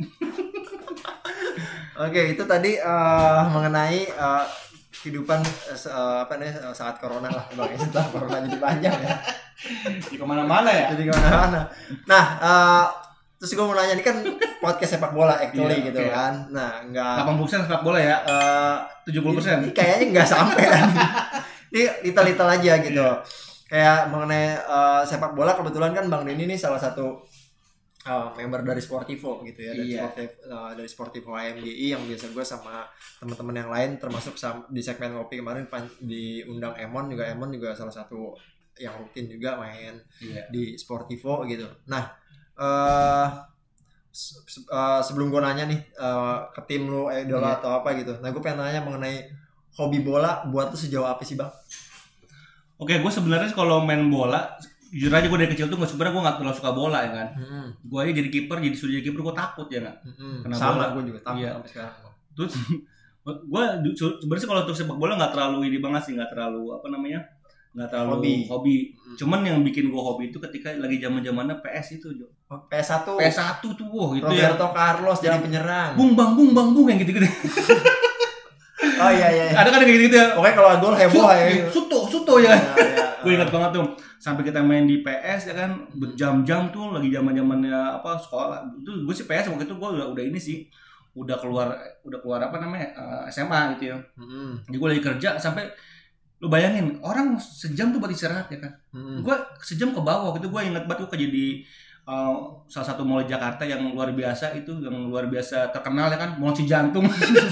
[SPEAKER 1] Oke itu tadi uh, mengenai uh, kehidupan uh, apa nih uh, saat corona lah bang, setelah corona jadi panjang ya.
[SPEAKER 2] Jadi kemana-mana ya.
[SPEAKER 1] Jadi kemana-mana. Nah. Uh, Terus gue mau nanya, ini kan podcast sepak bola actually yeah, gitu okay. kan. Nah, enggak
[SPEAKER 2] delapan puluh persen sepak bola ya. Uh, tujuh puluh persen.
[SPEAKER 1] Ini kayaknya enggak sampai kan. Ini little-little aja gitu. Yeah. Kayak mengenai uh, sepak bola kebetulan kan Bang Denny ini salah satu uh, member dari Sportivo gitu ya, dari yeah. Sportivo, uh, dari Sportivo A M G I yang biasa gue sama teman-teman yang lain termasuk di segmen ngopi kemarin diundang Emon juga Emon juga salah satu yang rutin juga main yeah. di Sportivo gitu. Nah, Uh, se- uh, sebelum gue nanya nih uh, ke tim lu idola yeah. atau apa gitu, nah gue pengen nanya mengenai hobi bola buat lu sejauh apa sih bang?
[SPEAKER 2] Oke, okay, gue sebenarnya kalau main bola jujur aja gue dari kecil tuh gue sebenarnya gue nggak terlalu suka bola ya kan. Mm-hmm. Gue aja jadi kiper jadi suruh jadi kiper gue takut ya kan. Mm-hmm. Kena
[SPEAKER 1] sama
[SPEAKER 2] bola.
[SPEAKER 1] Gue juga takut
[SPEAKER 2] iya.
[SPEAKER 1] sampai sekarang.
[SPEAKER 2] Terus gue sebenarnya kalau untuk sepak bola nggak terlalu ini banget sih, nggak terlalu apa namanya nggak terlalu hobi, hobi. Hmm. Cuman yang bikin gue hobi itu ketika lagi zaman-zamannya P S itu Jo.
[SPEAKER 1] Oh, P S satu
[SPEAKER 2] P S satu tuh wow, itu
[SPEAKER 1] ya Roberto Carlos jadi penyerang
[SPEAKER 2] bung bang bung bang bung yang gitu-gitu.
[SPEAKER 1] Oh iya iya
[SPEAKER 2] ada kan kayak gitu ya,
[SPEAKER 1] oke kalau gol heboh ya
[SPEAKER 2] suto suto ya, ya, ya. Gue ingat banget tuh sampai kita main di P S ya kan berjam-jam tuh lagi zaman-zamannya apa sekolah itu. Gue sih P S waktu itu gue udah udah ini sih udah keluar udah keluar apa namanya uh, S M A gitu ya. Mm-hmm. Jadi gue lagi kerja sampai Lu bayangin orang sejam tuh buat istirahat ya kan.
[SPEAKER 1] Hmm.
[SPEAKER 2] Gue sejam ke bawah gitu, gue inget banget gue kerja di uh, salah satu mall Jakarta yang luar biasa itu, yang luar biasa terkenal ya kan, Mall Cijantung.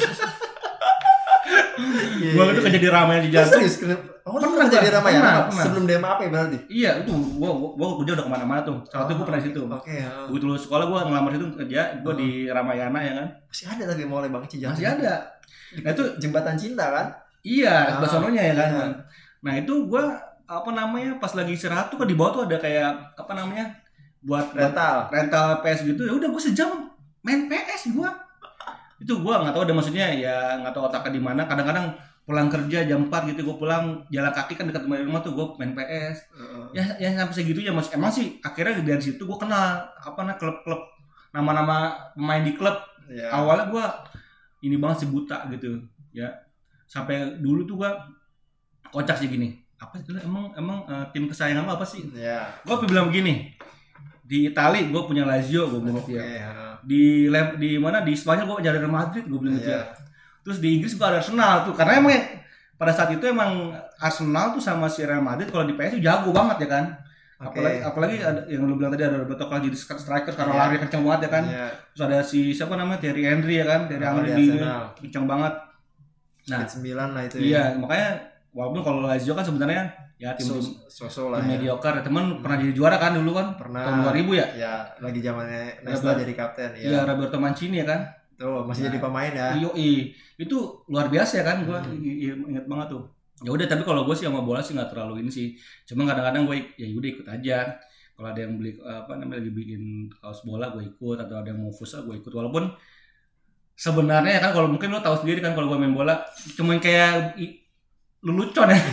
[SPEAKER 1] Yeah,
[SPEAKER 2] gue itu kerja di Ramayana Cijantung.
[SPEAKER 1] Serius? Oh, pernah kerja di Ramayana sebelum D M A P berarti?
[SPEAKER 2] Iya, itu gue gue kerja udah kemana-mana tuh. Saat itu gue pernah di situ.
[SPEAKER 1] Oke.
[SPEAKER 2] Begitu lulus sekolah gue ngelamar situ kerja, gue di Ramayana ya kan.
[SPEAKER 1] Masih ada tapi mallnya Bang Cijantung.
[SPEAKER 2] Masih ada.
[SPEAKER 1] Nah itu jembatan cinta kan?
[SPEAKER 2] Iya, sebelah sononya ya kan.
[SPEAKER 1] Iya.
[SPEAKER 2] Nah itu gue apa namanya pas lagi istirahat tuh kan di bawah tuh ada kayak apa namanya buat
[SPEAKER 1] rental
[SPEAKER 2] rental P S gitu. Ya udah gue sejam main P S gue. Itu gue nggak tahu ada maksudnya ya, nggak tahu otaknya di mana. Kadang-kadang pulang kerja jam empat gitu gue pulang jalan kaki kan dekat rumah tuh gue main P S. Uh. Ya ya sampai segitu ya mas. Emang sih akhirnya dari situ gue kenal apa nah klub-klub nama-nama pemain di klub. Yeah. Awalnya gue ini banget sih buta gitu ya. Sampai dulu tuh gue kocak sih gini. Apa sih emang emang uh, tim kesayangan lo apa sih? Yeah. Gue bilang begini. Di Itali gue punya Lazio gue bilang gitu ya. Di di mana di Spanyol gue punya Real Madrid gue bilang gitu ya. Terus di Inggris gue ada Arsenal tuh, karena emang pada saat itu emang Arsenal tuh sama si Real Madrid kalau di P S tuh jago banget ya kan. Okay. Apalagi apalagi ada yang lu bilang tadi ada Roberto Carlos jadi striker karena yeah. lari kencang banget ya kan. Yeah. Terus ada si siapa namanya Thierry Henry ya kan, Thierry oh, Henry di kencang banget. Nah,
[SPEAKER 1] sembilan lah itu.
[SPEAKER 2] Iya, ya. Makanya walaupun kalau Lazio kan sebenarnya ya tim so,
[SPEAKER 1] so, so lah
[SPEAKER 2] tim
[SPEAKER 1] ya.
[SPEAKER 2] mediocre, teman hmm. pernah jadi juara kan dulu kan?
[SPEAKER 1] Pernah.
[SPEAKER 2] Tahun dua ribu ya?
[SPEAKER 1] Ya, lagi zamannya Nesta jadi kapten ya.
[SPEAKER 2] Iya, Roberto Mancini ya kan.
[SPEAKER 1] Tuh, masih nah, jadi pemain ya.
[SPEAKER 2] Yoi. Itu luar biasa ya kan, gue hmm. inget banget tuh. Ya udah, tapi kalau gue sih sama bola sih nggak terlalu ini sih. Cuma kadang-kadang gue ya udah ikut aja. Kalau ada yang beli apa namanya lagi bikin kaos bola gue ikut, atau ada yang mau futsal gue ikut. Walaupun sebenarnya kan kalau mungkin lo tahu sendiri kan kalau gue main bola cuman kayak lelucon ya.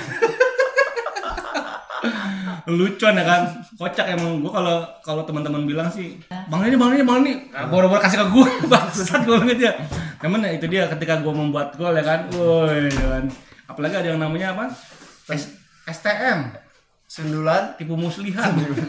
[SPEAKER 2] Lelucon ya kan, kocak emang. Gue kalau kalau teman-teman bilang sih bang ini bang ini bang ini nah, baru-baru kasih ke gue bangsat gue gitu ya. Namun itu dia ketika gue membuat gol ya kan, woi kan. Apalagi ada yang namanya apa S- STM
[SPEAKER 1] sundulan
[SPEAKER 2] tipu muslihan.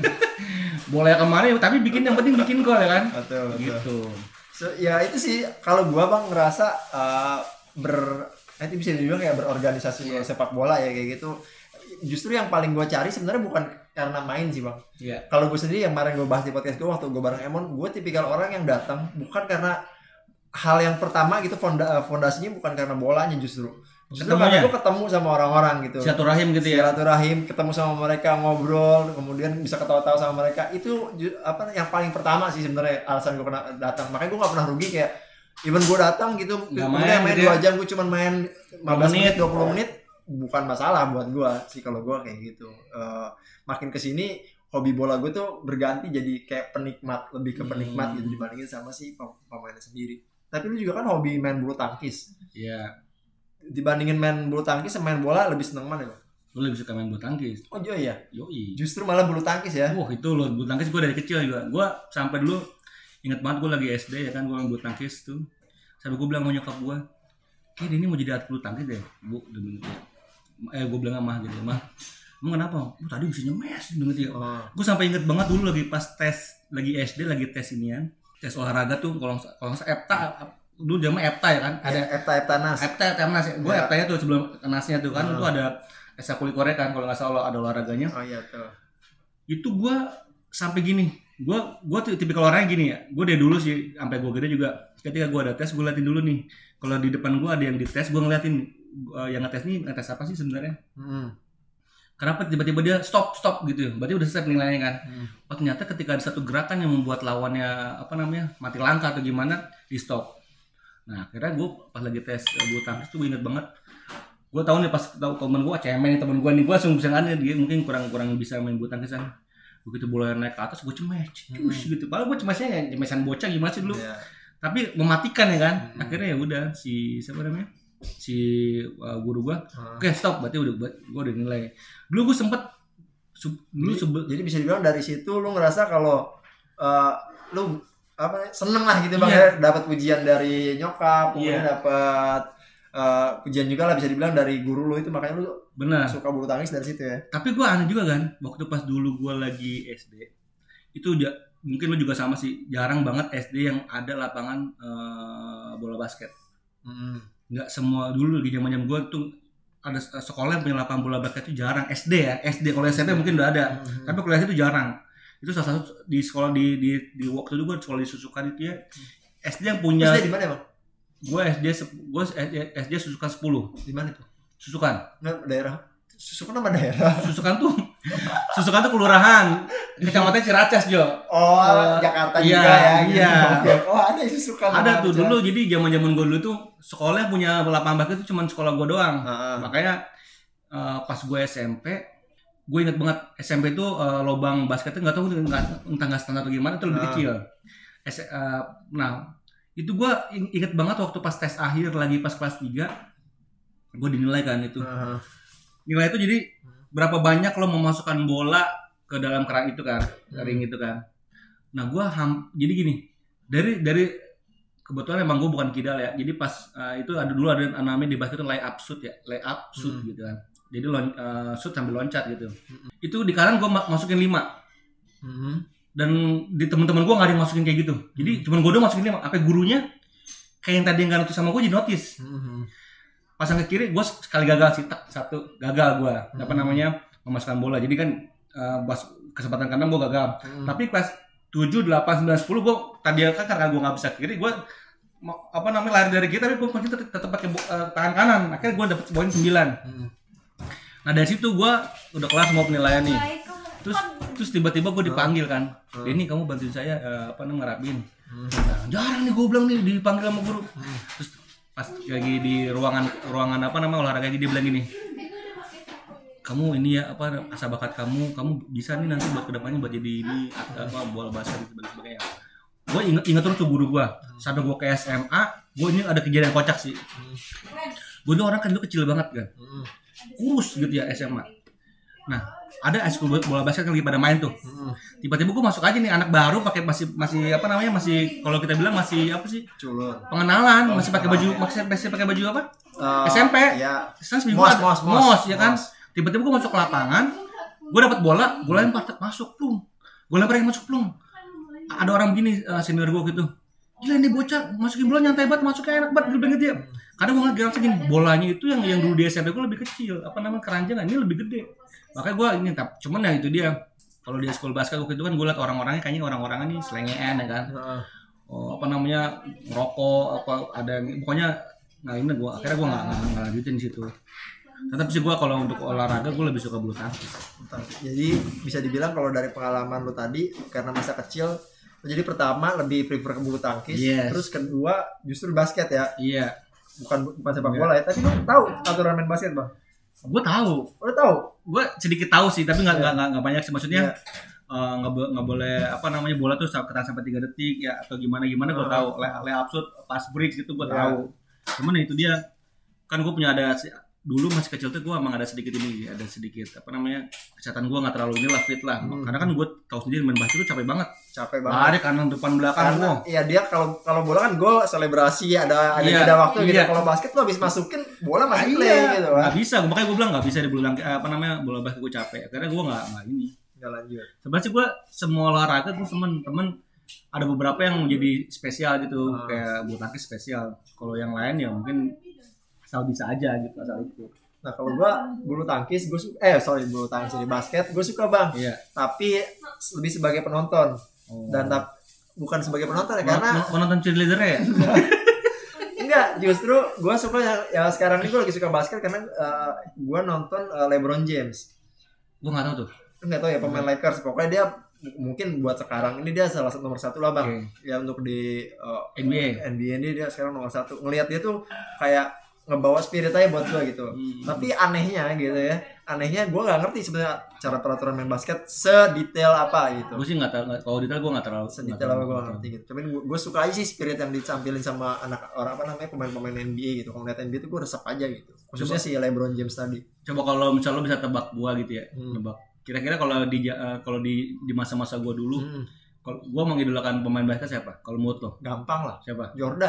[SPEAKER 2] Boleh kemarin tapi bikin yang penting bikin gol ya kan.
[SPEAKER 1] Betul, betul.
[SPEAKER 2] Gitu.
[SPEAKER 1] So, ya itu sih kalau gue bang ngerasa uh, ber nanti bisa dibilang kayak berorganisasi yeah. sepak bola ya kayak gitu. Justru yang paling gue cari sebenarnya bukan karena main sih bang. Yeah. Kalau gue sendiri yang kemarin gue bahas di podcast gue waktu gue bareng Emon, gue tipikal orang yang datang bukan karena hal yang pertama gitu, fonda, fondasinya bukan karena bolanya justru. Justru karena gue ketemu sama orang-orang gitu.
[SPEAKER 2] Silaturahim gitu ya.
[SPEAKER 1] Silaturahim, ketemu sama mereka, ngobrol, kemudian bisa ketawa-tawa sama mereka. Itu apa yang paling pertama sih sebenarnya alasan gue kena datang. Makanya gue nggak pernah rugi kayak even gue datang gitu,
[SPEAKER 2] gak
[SPEAKER 1] kemudian main dua jam, gue cuma main lima belas menit, dua puluh
[SPEAKER 2] ya.
[SPEAKER 1] menit, bukan masalah buat gue sih kalau gue kayak gitu. Uh, makin kesini hobi bola gue tuh berganti jadi kayak penikmat, lebih ke penikmat hmm. gitu dibandingin sama si pemainnya sendiri. Tapi lu juga kan hobi main bulu tangkis.
[SPEAKER 2] Iya. Yeah.
[SPEAKER 1] Dibandingin main bulu tangkis sama main bola lebih seneng mana lo?
[SPEAKER 2] Lu lebih suka main bulu tangkis.
[SPEAKER 1] Oh iya ya.
[SPEAKER 2] Yoi.
[SPEAKER 1] Justru malah bulu tangkis ya.
[SPEAKER 2] Wah, itu lo bulu tangkis gue dari kecil juga. Gue sampai dulu inget banget gue lagi S D ya kan, gue main bulu tangkis tuh. Sampai gue bilang sama nyokap gue, "Kayak ini mau jadi atlet bulu tangkis deh." Bu, demi gitu. Eh gue bilang sama gitu, "Mah, emang kenapa? Lu tadi bisa nyemes demi gitu." Oh. Gue sampai inget banget dulu lagi pas tes, lagi S D lagi tes inian, tes olahraga tuh kalau kalau nggak E P T A dulu zaman E P T A ya kan, ada
[SPEAKER 1] E P T A E P T A Nas.
[SPEAKER 2] E P T A E P T A Nas. Gue E P T A-nya tuh sebelum Nasnya tuh kan, hmm. itu ada ekstrakurikuler kan kalau nggak salah ada olahraganya.
[SPEAKER 1] Oh iya tuh.
[SPEAKER 2] Itu gue sampai gini, gue gue tuh tipikal orangnya gini ya. Gue dari dulu sih sampai gue gede juga. Ketika gue ada tes, gue liatin dulu nih. Kalau di depan gue ada yang dites, gue ngeliatin uh, yang ngetes nih ngetes apa sih sebenarnya. Hmm. Kenapa tiba-tiba dia stop stop gitu? Berarti udah selesai penilaiannya kan. Hmm. Oh ternyata ketika ada satu gerakan yang membuat lawannya apa namanya mati langkah atau gimana, di stop. Nah akhirnya gue pas lagi tes uh, bulu tangkis tuh gue inget banget. Gue tahu nih pas tahu temen gue cemen nih temen gue nih, gue langsung bisa aneh dia mungkin kurang kurang bisa main bulu tangkisan. Begitu bola naik ke atas gue cemes, cus hmm. gitu. Padahal gue cemesnya ya cemesan bocah gimana sih dulu. Yeah. Tapi mematikan ya kan. Hmm. Akhirnya ya udah si siapa namanya? Si uh, guru gue, hmm. oke okay, stop, berarti udah gue udah nilai. Dulu gue sempet sub, dulu
[SPEAKER 1] jadi,
[SPEAKER 2] sebel,
[SPEAKER 1] jadi bisa dibilang dari situ lu ngerasa kalau uh, lu apa seneng lah gitu bang
[SPEAKER 2] yeah.
[SPEAKER 1] ya, dapat pujian dari nyokap, kemudian yeah. dapat uh, pujian juga lah bisa dibilang dari guru lu itu, makanya lu
[SPEAKER 2] benar
[SPEAKER 1] suka bulu tangkis dari situ ya.
[SPEAKER 2] Tapi gue aneh juga kan, waktu pas dulu gue lagi S D itu ja, mungkin lu juga sama sih, jarang banget S D yang ada lapangan uh, bola basket. Mm. Nggak semua dulu di zaman-zaman gue tuh ada sekolah yang punya lapangan bola basket itu jarang. S D ya, S D. Kalau S M P mungkin udah ada, mm-hmm. tapi kuliah itu jarang. Itu salah satu di sekolah di di di waktu itu gue sekolah di Susukan itu ya. S D yang punya.
[SPEAKER 1] S D di mana emang?
[SPEAKER 2] Gue S D gue S D Susukan sepuluh.
[SPEAKER 1] Di mana itu?
[SPEAKER 2] Susukan.
[SPEAKER 1] Nah, daerah. Susukan nama daerah.
[SPEAKER 2] Susukan tuh Susukan tuh kelurahan. Kecamatan Ciracas, Jo.
[SPEAKER 1] Oh, uh, Jakarta iya, juga ya.
[SPEAKER 2] Iya.
[SPEAKER 1] Gitu. Oh, ada Susukan.
[SPEAKER 2] Ada tuh dulu. Jadi zaman-zaman gue dulu tuh sekolahnya punya lapangan basket itu cuma sekolah gue doang. Uh-huh. Makanya uh, pas gue S M P, gue inget banget S M P tuh uh, lobang basketnya nggak tahu entah nggak standar atau gimana, itu lebih uh. kecil. S- uh, nah, itu gue inget banget waktu pas tes akhir lagi pas kelas tiga, gue dinilai kan itu. Uh-huh. Nilai itu jadi berapa banyak lo memasukkan bola ke dalam keran itu kan, ring itu kan. Nah gue ham, jadi gini, dari dari kebetulan emang gue bukan kidal ya. Jadi pas uh, itu ada dulu ada namanya di basket itu lay up shoot ya, lay up shoot hmm. gitu kan. Jadi lon, uh, shoot sambil loncat gitu. Hmm. Itu di kanan gue masukin lima. Hmm. Dan di teman-teman gue nggak ada yang masukin kayak gitu. Jadi hmm. cuman gue doang masukin lima. Apa gurunya kayak yang tadi yang nggak notice sama gue jadi notice. Hmm. Pasang ke kiri, gue sekali gagal sih, tak satu gagal gue, hmm. apa namanya memasukkan bola. Jadi kan uh, pas kesempatan kanan gue gagal. Hmm. Tapi pas tujuh, delapan, sembilan, sepuluh gue tadi kan karena gue nggak bisa kiri, gue apa namanya lari dari kiri, tapi gue tetap, tetap pakai uh, tangan kanan. Akhirnya gue dapet poin sembilan. Hmm. Nah dari situ gue udah kelas mau penilaian nih. Terus terus tiba-tiba gue dipanggil kan, hmm. Denny kamu bantuin saya uh, apa namanya ngerapin. Hmm. Nah, jarang nih gue bilang nih dipanggil sama guru. Hmm. Terus pas lagi di ruangan ruangan apa namanya olahraga dia bilang gini, kamu ini ya apa asa bakat kamu kamu bisa nih nanti buat kedepannya buat jadi ini apa bola basket dan sebagainya. Gue inget inget terus tuh guru gue sampai gue ke S M A. Gue ini ada kejadian kocak sih. Gue tuh orang kan dulu kecil banget kan, kurus gitu ya S M A. Nah ada ekskul bola basket kan lagi pada main tuh. Tiba-tiba gue masuk aja nih anak baru pakai masih masih apa namanya masih kalau kita bilang masih apa sih? Culun. Pengenalan, oh, masih pakai baju masih masih pakai baju apa? Uh, S M P.
[SPEAKER 1] Ya.
[SPEAKER 2] Mos, mos, mos, mos, ya kan? Mos. Tiba-tiba gue masuk ke lapangan, gue dapat bola, gue lempar masuk plung. Gue lempar yang masuk plung. Ada orang begini uh, senior gue gitu. Gila nih bocah, masukin bola nyantai banget, masuknya enak banget, gue dia. Kadang gue ngeliat gerak segini, bolanya itu yang yang dulu di S M P gue lebih kecil, apa namanya keranjang, ini lebih gede. Makanya gue ingin tap, cuman ya itu dia. Kalau di sekolah basket waktu itu kan gue liat orang-orangnya kayaknya orang-orangnya nih selengean ya kan. Oh, apa namanya ngerokok apa ada pokoknya nggak ini gue akhirnya gue nggak nggak lanjutin di situ. Tetap sih gue kalau untuk olahraga gue lebih suka bulu tangkis.
[SPEAKER 1] Jadi bisa dibilang kalau dari pengalaman lu tadi karena masa kecil, jadi pertama lebih prefer ke bulu tangkis, yes. Terus kedua justru basket ya.
[SPEAKER 2] Iya.
[SPEAKER 1] Bukan bukan sepak bola ya. Tapi lu tahu aturan main basket bang?
[SPEAKER 2] Gue tahu.
[SPEAKER 1] Lu tahu?
[SPEAKER 2] Gue sedikit tahu sih, tapi nggak nggak yeah. nggak banyak sih maksudnya. Yeah. nggak uh, nggak boleh apa namanya bola tuh ketahan sampai tiga detik ya atau gimana gimana gue uh, tahu lay, lay up shoot pas break gitu gue yeah. tahu. Cuman itu dia kan gue punya ada dulu masih kecil tuh gue emang ada sedikit ini ada sedikit apa namanya kesehatan gue nggak terlalu ini lah fit lah hmm. Karena kan gue tahu sendiri main basket tuh capek banget
[SPEAKER 1] capek banget
[SPEAKER 2] lari kanan depan belakang gue
[SPEAKER 1] iya dia kalau kalau bola kan gol selebrasi ada ada
[SPEAKER 2] iya,
[SPEAKER 1] ada waktu
[SPEAKER 2] iya.
[SPEAKER 1] Gitu kalau basket lo habis masukin bola masih play
[SPEAKER 2] iya.
[SPEAKER 1] Gitu kan
[SPEAKER 2] nggak bisa makanya gue bilang nggak bisa di bola apa namanya bola basket gue capek karena gue nggak nggak ini
[SPEAKER 1] nggak lanjut
[SPEAKER 2] sebenarnya sih gue semua olahraga tuh temen-temen ada beberapa yang menjadi spesial gitu hmm. Kayak bulu tangkis spesial kalau yang lain ya mungkin asal bisa aja gitu asal itu.
[SPEAKER 1] Nah kalau gue bulu tangkis gue suka eh sorry bulu tangkis di basket gue suka bang
[SPEAKER 2] iya.
[SPEAKER 1] Tapi lebih sebagai penonton oh. Dan tap, bukan sebagai penonton ya
[SPEAKER 2] Men-
[SPEAKER 1] karena
[SPEAKER 2] penonton cheerleader ya
[SPEAKER 1] enggak justru gue suka ya, ya sekarang ini gue lagi suka basket karena uh, gue nonton uh, LeBron James.
[SPEAKER 2] Gue nggak tahu tuh
[SPEAKER 1] nggak tahu ya pemain hmm. Lakers pokoknya dia mungkin buat sekarang ini dia salah satu nomor satu lah bang okay. Ya untuk di uh,
[SPEAKER 2] N B A
[SPEAKER 1] N B A ini dia sekarang nomor satu ngelihat dia tuh kayak ngebawa spirit aja buat gue gitu. Hmm. Tapi anehnya gitu ya. Anehnya gue nggak ngerti sebenarnya cara peraturan main basket sedetail apa gitu.
[SPEAKER 2] Gue sih nggak tahu. Kalau detail gue nggak terlalu.
[SPEAKER 1] Sedetail apa gue nggak ngerti gitu. Cuman gue suka aja sih spirit yang ditampilin sama anak orang apa namanya pemain-pemain N B A gitu. Kalau ngeliat N B A tuh gue resep aja gitu. Khususnya si LeBron James tadi.
[SPEAKER 2] Coba kalau misalnya lo bisa tebak gue gitu ya. Hmm. Tebak. Kira-kira kalau di uh, kalau di di masa-masa gue dulu, hmm. kalau gue mengidolakan pemain basket siapa? Kalau menurut lo?
[SPEAKER 1] Gampang lah.
[SPEAKER 2] Siapa?
[SPEAKER 1] Jordan.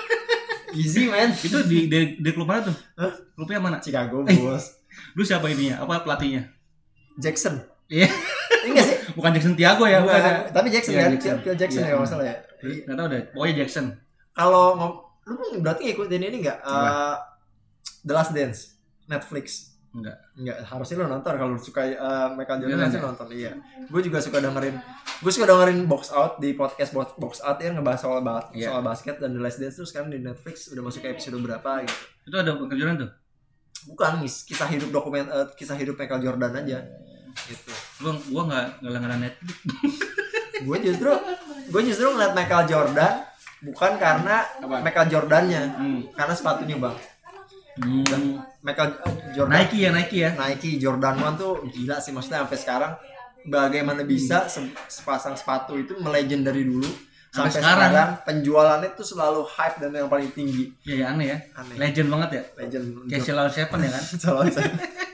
[SPEAKER 1] Easy man.
[SPEAKER 2] Itu di di, di klub mana tuh? Huh? Klubnya mana?
[SPEAKER 1] Chicago Bulls.
[SPEAKER 2] Lu siapa ininya? Apa pelatihnya?
[SPEAKER 1] Jackson.
[SPEAKER 2] Iya.
[SPEAKER 1] Enggak sih.
[SPEAKER 2] Bukan Jackson Tiago ya, bukan. bukan
[SPEAKER 1] ya. Tapi Jackson ya, Jackson, Phil Jackson ya, enggak salah ya.
[SPEAKER 2] Enggak tahu deh. Pokoknya Jackson.
[SPEAKER 1] Kalau lu berarti ngikutin ini enggak? Uh, The Last Dance. Netflix.
[SPEAKER 2] Enggak.
[SPEAKER 1] Enggak, harusnya lo nonton kalau suka uh, Michael Jordan harusnya nonton. Iya. Gue juga suka dengerin gue suka dengerin Box Out di podcast Box, Box Out ya, ngebahas soal ba- yeah. soal basket dan The Last Dance tuh sekarang di Netflix udah masuk ke episode berapa gitu.
[SPEAKER 2] Itu ada Michael Jordan tuh?
[SPEAKER 1] Bukan, kisah hidup dokumen uh, kisah hidup Michael Jordan aja. Gitu.
[SPEAKER 2] Gua gua enggak ngelanggaran Netflix.
[SPEAKER 1] gue justru gue justru ngeliat Michael Jordan bukan karena apa? Michael Jordannya, hmm. karena sepatunya bang. Hmm. Dan Michael Jordan
[SPEAKER 2] Nike ya Nike ya
[SPEAKER 1] Nike Jordan One tuh gila sih, maksudnya sampai sekarang bagaimana bisa sepasang sepatu itu melegend dari dulu sampai, sampai sekarang, sekarang penjualannya tuh selalu hype dan yang paling tinggi.
[SPEAKER 2] Ya, ya aneh ya. Aneh. Legend banget ya.
[SPEAKER 1] Legend.
[SPEAKER 2] Kayak Shallow Seven ya kan.
[SPEAKER 1] Shallow Seven.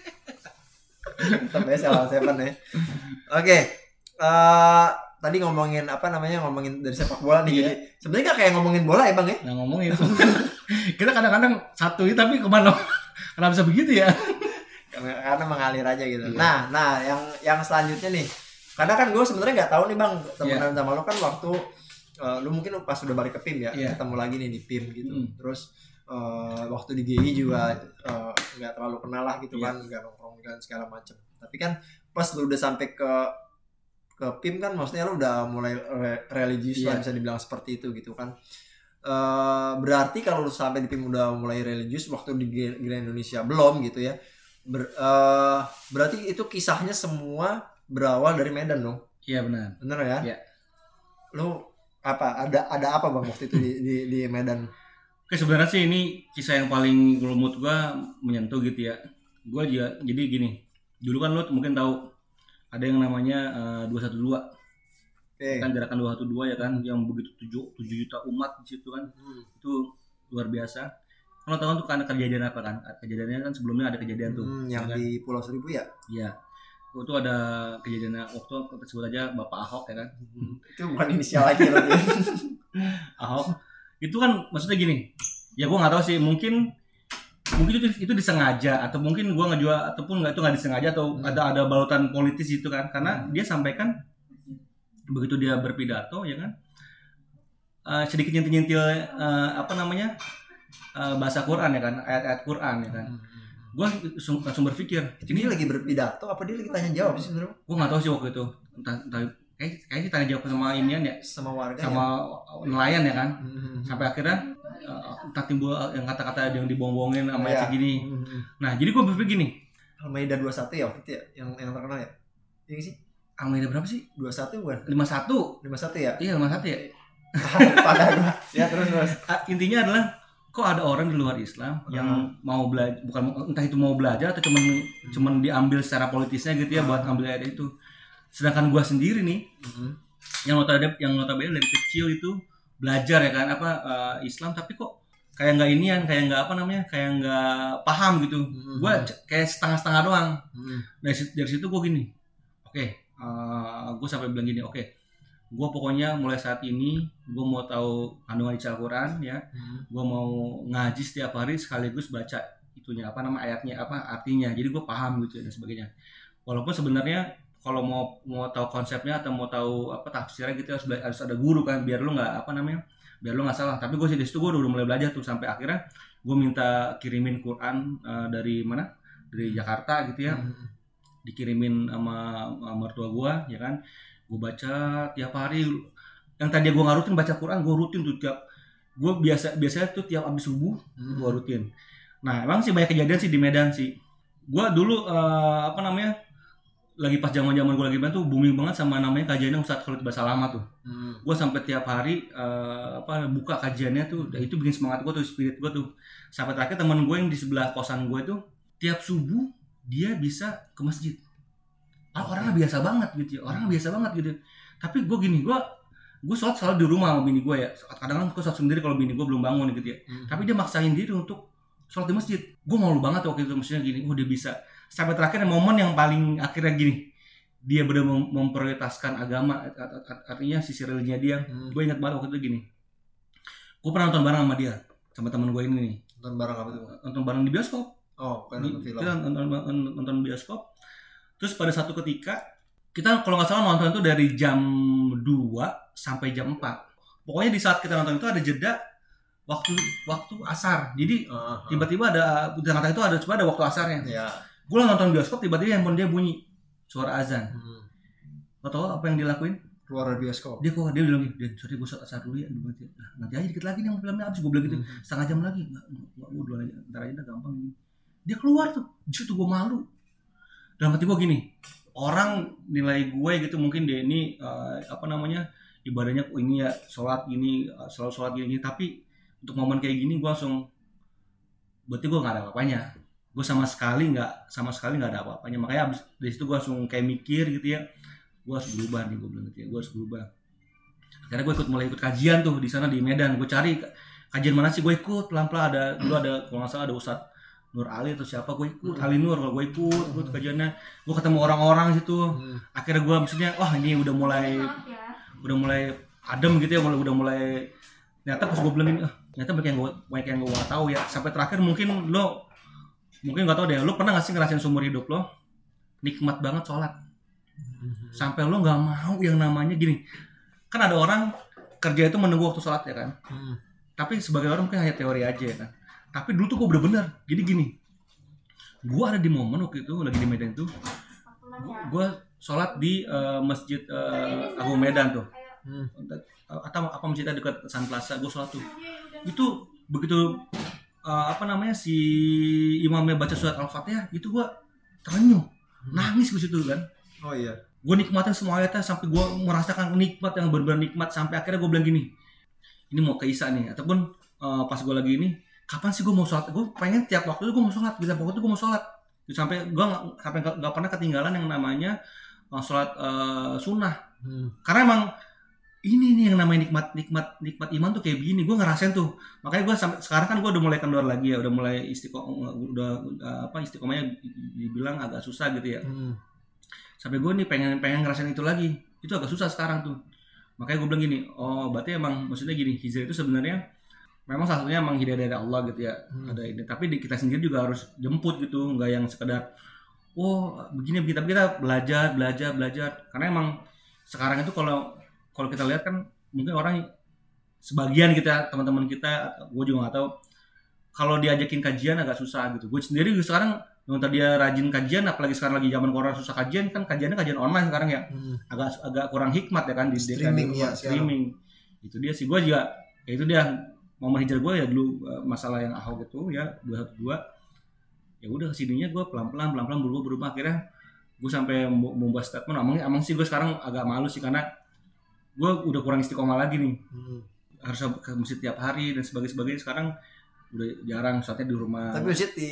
[SPEAKER 1] Tapi Shallow Seven ya. Oke. Okay. Uh, tadi ngomongin apa namanya ngomongin dari sepak bola nih. Iya. Jadi sebenarnya gak kayak ngomongin bola ya bang ya.
[SPEAKER 2] Nah ngomongin. Kita kadang-kadang satu tapi kemana? Kenapa bisa begitu ya?
[SPEAKER 1] Karena mengalir aja gitu. Iya. Nah, nah yang yang selanjutnya nih. Karena kan gue sebenarnya nggak tahu nih bang, temenan yeah. sama lo kan waktu uh, lu mungkin pas udah balik ke P I M ya, yeah. ketemu lagi nih di P I M gitu. Mm. Terus uh, waktu di G I juga nggak uh, terlalu kenal lah gitu yeah. kan, nggak nongkrong dan segala macam. Tapi kan pas lu udah sampai ke ke P I M kan, maksudnya lu udah mulai re- religius yeah. lah bisa dibilang seperti itu gitu kan. Uh, berarti kalau lu sampai di P I M udah mulai religius, waktu di Gila Indonesia belum gitu ya. Ber, uh, berarti itu kisahnya semua berawal dari Medan dong?
[SPEAKER 2] Iya benar.
[SPEAKER 1] Benar ya?
[SPEAKER 2] Iya.
[SPEAKER 1] Lu apa ada ada apa bang waktu itu di di, di Medan?
[SPEAKER 2] Oke, sebenarnya sih ini kisah yang paling menurut gua menyentuh gitu ya. Gua juga jadi gini. Dulu kan lu mungkin tahu ada yang namanya uh, dua satu dua. Okay. Kan gerakan dua satu dua ya kan, yang begitu tujuh juta umat di situ kan. Hmm. Itu luar biasa. Kalau tahu kan tuh karena kejadian apa kan? Kejadiannya kan sebelumnya ada kejadian tuh.
[SPEAKER 1] Hmm, yang ya kan? Di Pulau Seribu ya?
[SPEAKER 2] Iya. Itu ada kejadian waktu kita sebut aja Bapak Ahok ya kan.
[SPEAKER 1] Hmm. Itu bukan inisial lagi loh.
[SPEAKER 2] Ahok. Itu kan maksudnya gini. Ya gue nggak tahu sih, mungkin mungkin itu itu disengaja atau mungkin gue ngejual ataupun nggak itu nggak disengaja atau hmm. ada ada balutan politis itu kan, karena hmm. dia sampaikan begitu dia berpidato ya kan. Uh, sedikit nyentil-nyentil uh, apa namanya? Uh, bahasa Quran ya kan, ayat-ayat Quran ya kan. Hmm. Gue langsung, langsung berpikir,
[SPEAKER 1] ini lagi berpidato apa dia lagi tanya jawab sih sebenarnya?
[SPEAKER 2] Gue nggak tahu sih waktu itu, entah, entah kayak kayaknya tanya jawab sama inian ya,
[SPEAKER 1] sama warga,
[SPEAKER 2] sama ya? Nelayan ya kan. Hmm. Sampai akhirnya uh, entah timbul yang kata-kata yang dibohong-bohongin sama oh, ya. Gini. Hmm. Nah jadi gue berpikir gini,
[SPEAKER 1] Al-Maidah dua puluh satu ya waktu itu ya, yang yang terkenal ya, ini sih.
[SPEAKER 2] Al-Maidah berapa sih?
[SPEAKER 1] dua puluh satu bukan?
[SPEAKER 2] lima puluh satu
[SPEAKER 1] lima puluh satu ya?
[SPEAKER 2] Iya lima puluh satu ya.
[SPEAKER 1] Pada gue. Ya terus terus.
[SPEAKER 2] Intinya adalah kok ada orang di luar Islam uh-huh. yang mau belajar, bukan entah itu mau belajar atau cuman hmm. cuman diambil secara politisnya gitu ya uh-huh. buat ambil ayat itu. Sedangkan gua sendiri nih uh-huh. yang notabene yang notabene dari kecil itu belajar ya kan apa uh, Islam, tapi kok kayak nggak inian, kayak nggak apa namanya, kayak nggak paham gitu. Uh-huh. Gua kayak setengah-setengah doang. Uh-huh. Dari dari situ gua gini, oke, okay, uh, gua sampai bilang gini, oke. Okay, gue pokoknya mulai saat ini gue mau tahu kandungan isi Al-Quran ya, hmm. gue mau ngaji setiap hari sekaligus baca itunya apa nama ayatnya apa artinya, jadi gue paham gitu dan sebagainya. Walaupun sebenarnya kalau mau mau tahu konsepnya atau mau tahu apa tafsirnya gitu harus harus ada guru kan, biar lu nggak apa namanya biar lu nggak salah. Tapi gue sih di situ gue udah mulai belajar tuh sampai akhirnya gue minta kirimin Quran uh, dari mana dari Jakarta gitu ya, hmm. dikirimin sama, sama mertua gue ya kan. Gue baca tiap hari, yang tadi gue nggak rutin baca Quran, gue rutin tuh tiap, gue biasa biasanya tuh tiap abis subuh hmm. gue rutin. Nah emang sih banyak kejadian sih di Medan sih. Gue dulu uh, apa namanya lagi pas zaman zaman gue lagi main tuh booming banget sama namanya kajiannya Ustadz Khalid Basalamah tuh. Hmm. Gue sampai tiap hari uh, apa buka kajiannya tuh, dan itu bikin semangat gue tuh, spirit gue tuh. Sampai terakhir teman gue yang di sebelah kosan gue tuh tiap subuh dia bisa ke masjid. Ah, orangnya biasa banget gitu ya, orangnya biasa banget gitu. Tapi gue gini, gue gue sholat selalu di rumah sama bini gue ya. Kadang-kadang gue sholat sendiri kalau bini gue belum bangun gitu ya. Hmm. Tapi dia maksain diri untuk sholat di masjid. Gue malu banget waktu itu, maksudnya gini, oh dia bisa. Sampai terakhir momen yang paling akhirnya gini, dia benar mem- memprioritaskan agama, artinya sisi religinya dia. Hmm. Gue ingat banget waktu itu gini, gue pernah nonton bareng sama dia, sama teman gue ini nih.
[SPEAKER 1] Nonton bareng apa tuh?
[SPEAKER 2] Nonton bareng di bioskop.
[SPEAKER 1] Oh, kan nonton film.
[SPEAKER 2] Kita nonton, nonton, nonton bioskop. Terus pada satu ketika kita kalau nggak salah nonton itu dari jam dua sampai jam empat. Pokoknya di saat kita nonton itu ada jeda waktu waktu asar. Jadi
[SPEAKER 1] uh-huh.
[SPEAKER 2] tiba-tiba ada di tengah-tengah itu ada coba ada waktu asarnya.
[SPEAKER 1] Yeah.
[SPEAKER 2] Gue nonton bioskop tiba-tiba handphone dia bunyi suara azan.
[SPEAKER 1] Hmm.
[SPEAKER 2] Lo tau apa yang dilakuin?
[SPEAKER 1] Keluar dari bioskop.
[SPEAKER 2] Dia kok dia bilang gitu, sorry gue sholat asar dulu ya. Nah, nanti aja dikit lagi nih filmnya habis. Gue bilang gitu, hmm. setengah jam lagi. Nggak, gue duluan aja, ntar aja gampang gini. Dia keluar tuh, justru gue malu. Dalam hati gue gini, orang nilai gue gitu mungkin dia ini uh, apa namanya ibadahnya oh ini ya sholat ini uh, selalu sholat gini, tapi untuk momen kayak gini gue langsung berarti gue nggak ada apa-apanya. Gue sama sekali nggak sama sekali nggak ada apa-apanya. Makanya abis dari situ gue langsung kayak mikir gitu ya, gue harus berubah nih gue bilang gitu ya, gue harus berubah. Akhirnya gue ikut mulai ikut kajian tuh di sana di Medan. Gue cari kajian mana sih, gue ikut pelan-pelan. Ada dulu ada kalau nggak salah ada Ustadz Nur Ali atau siapa, gue ikut Ali Nur, kalau gue ikut ikut kajiannya. Gue ketemu orang-orang situ. Akhirnya gue maksudnya wah ini udah mulai udah mulai adem gitu ya, mulai udah mulai ternyata pas gue bilang ini ah ternyata banyak yang gue banyak yang gue tahu ya. Sampai terakhir mungkin lo mungkin nggak tahu deh, lo pernah nggak sih ngerasain seumur hidup lo nikmat banget sholat sampai lo nggak mau yang namanya gini. Kan ada orang kerja itu menunggu waktu sholat ya kan, hmm. tapi sebagai orang mungkin hanya teori aja ya kan. Tapi dulu tuh gue bener-bener jadi gini, gue ada di momen waktu itu lagi di Medan tuh, gue sholat di uh, masjid uh, Agung Medan tuh, hmm. atau apa masjidnya dekat Sun Plaza. Gue sholat tuh, itu begitu uh, apa namanya si imamnya baca surat Al-Fatihah, itu gue terenyuh, nangis gue situ kan.
[SPEAKER 1] Oh iya.
[SPEAKER 2] Gue nikmatin semua ayatnya sampai gue merasakan nikmat yang benar-benar nikmat, sampai akhirnya gue bilang gini, ini mau ke Isya nih, ataupun uh, pas gue lagi ini, kapan sih gue mau sholat? Gue pengen tiap waktu itu gue mau sholat, tiap waktu itu gue mau sholat. Sampai gue nggak sampai nggak pernah ketinggalan yang namanya uh, sholat uh, sunnah. Hmm. Karena emang ini nih yang namanya nikmat nikmat nikmat iman tuh kayak begini, gue ngerasain tuh. Makanya gue sampai sekarang kan gue udah mulai kendor lagi ya, udah mulai istiqomah, udah uh, apa istiqomahnya dibilang agak susah gitu ya. Hmm. Sampai gue nih pengen pengen ngerasain itu lagi, itu agak susah sekarang tuh. Makanya gue bilang gini, oh berarti emang maksudnya gini, hijrah itu sebenarnya memang salah satunya emang hidayah dari Allah gitu ya. Hmm. Ada ini, tapi kita sendiri juga harus jemput gitu, nggak yang sekedar, oh begini begini. Tapi kita belajar belajar belajar. Karena emang sekarang itu kalau kalau kita lihat kan mungkin orang sebagian kita teman-teman kita, gue juga nggak tahu, kalau diajakin kajian agak susah gitu. Gue sendiri sekarang yang tadi dia rajin kajian, apalagi sekarang lagi zaman corona susah kajian kan, kajiannya kajian online sekarang ya, hmm. agak agak kurang hikmat ya kan di
[SPEAKER 1] streaming ya,
[SPEAKER 2] streaming. Itu dia sih, gue juga ya itu dia momen hijrah gue ya dulu, masalah yang Ahok itu ya dua satu dua ya udah kesininya gue pelan-pelan pelan-pelan berubah berubah akhirnya gue sampai membuat statement. Emang emang sih gue sekarang agak malu sih karena gue udah kurang istiqomah lagi nih, hmm. harus ke masjid tiap hari dan sebagainya sebagainya. Sekarang udah jarang, sholatnya di rumah.
[SPEAKER 1] Tapi masjid di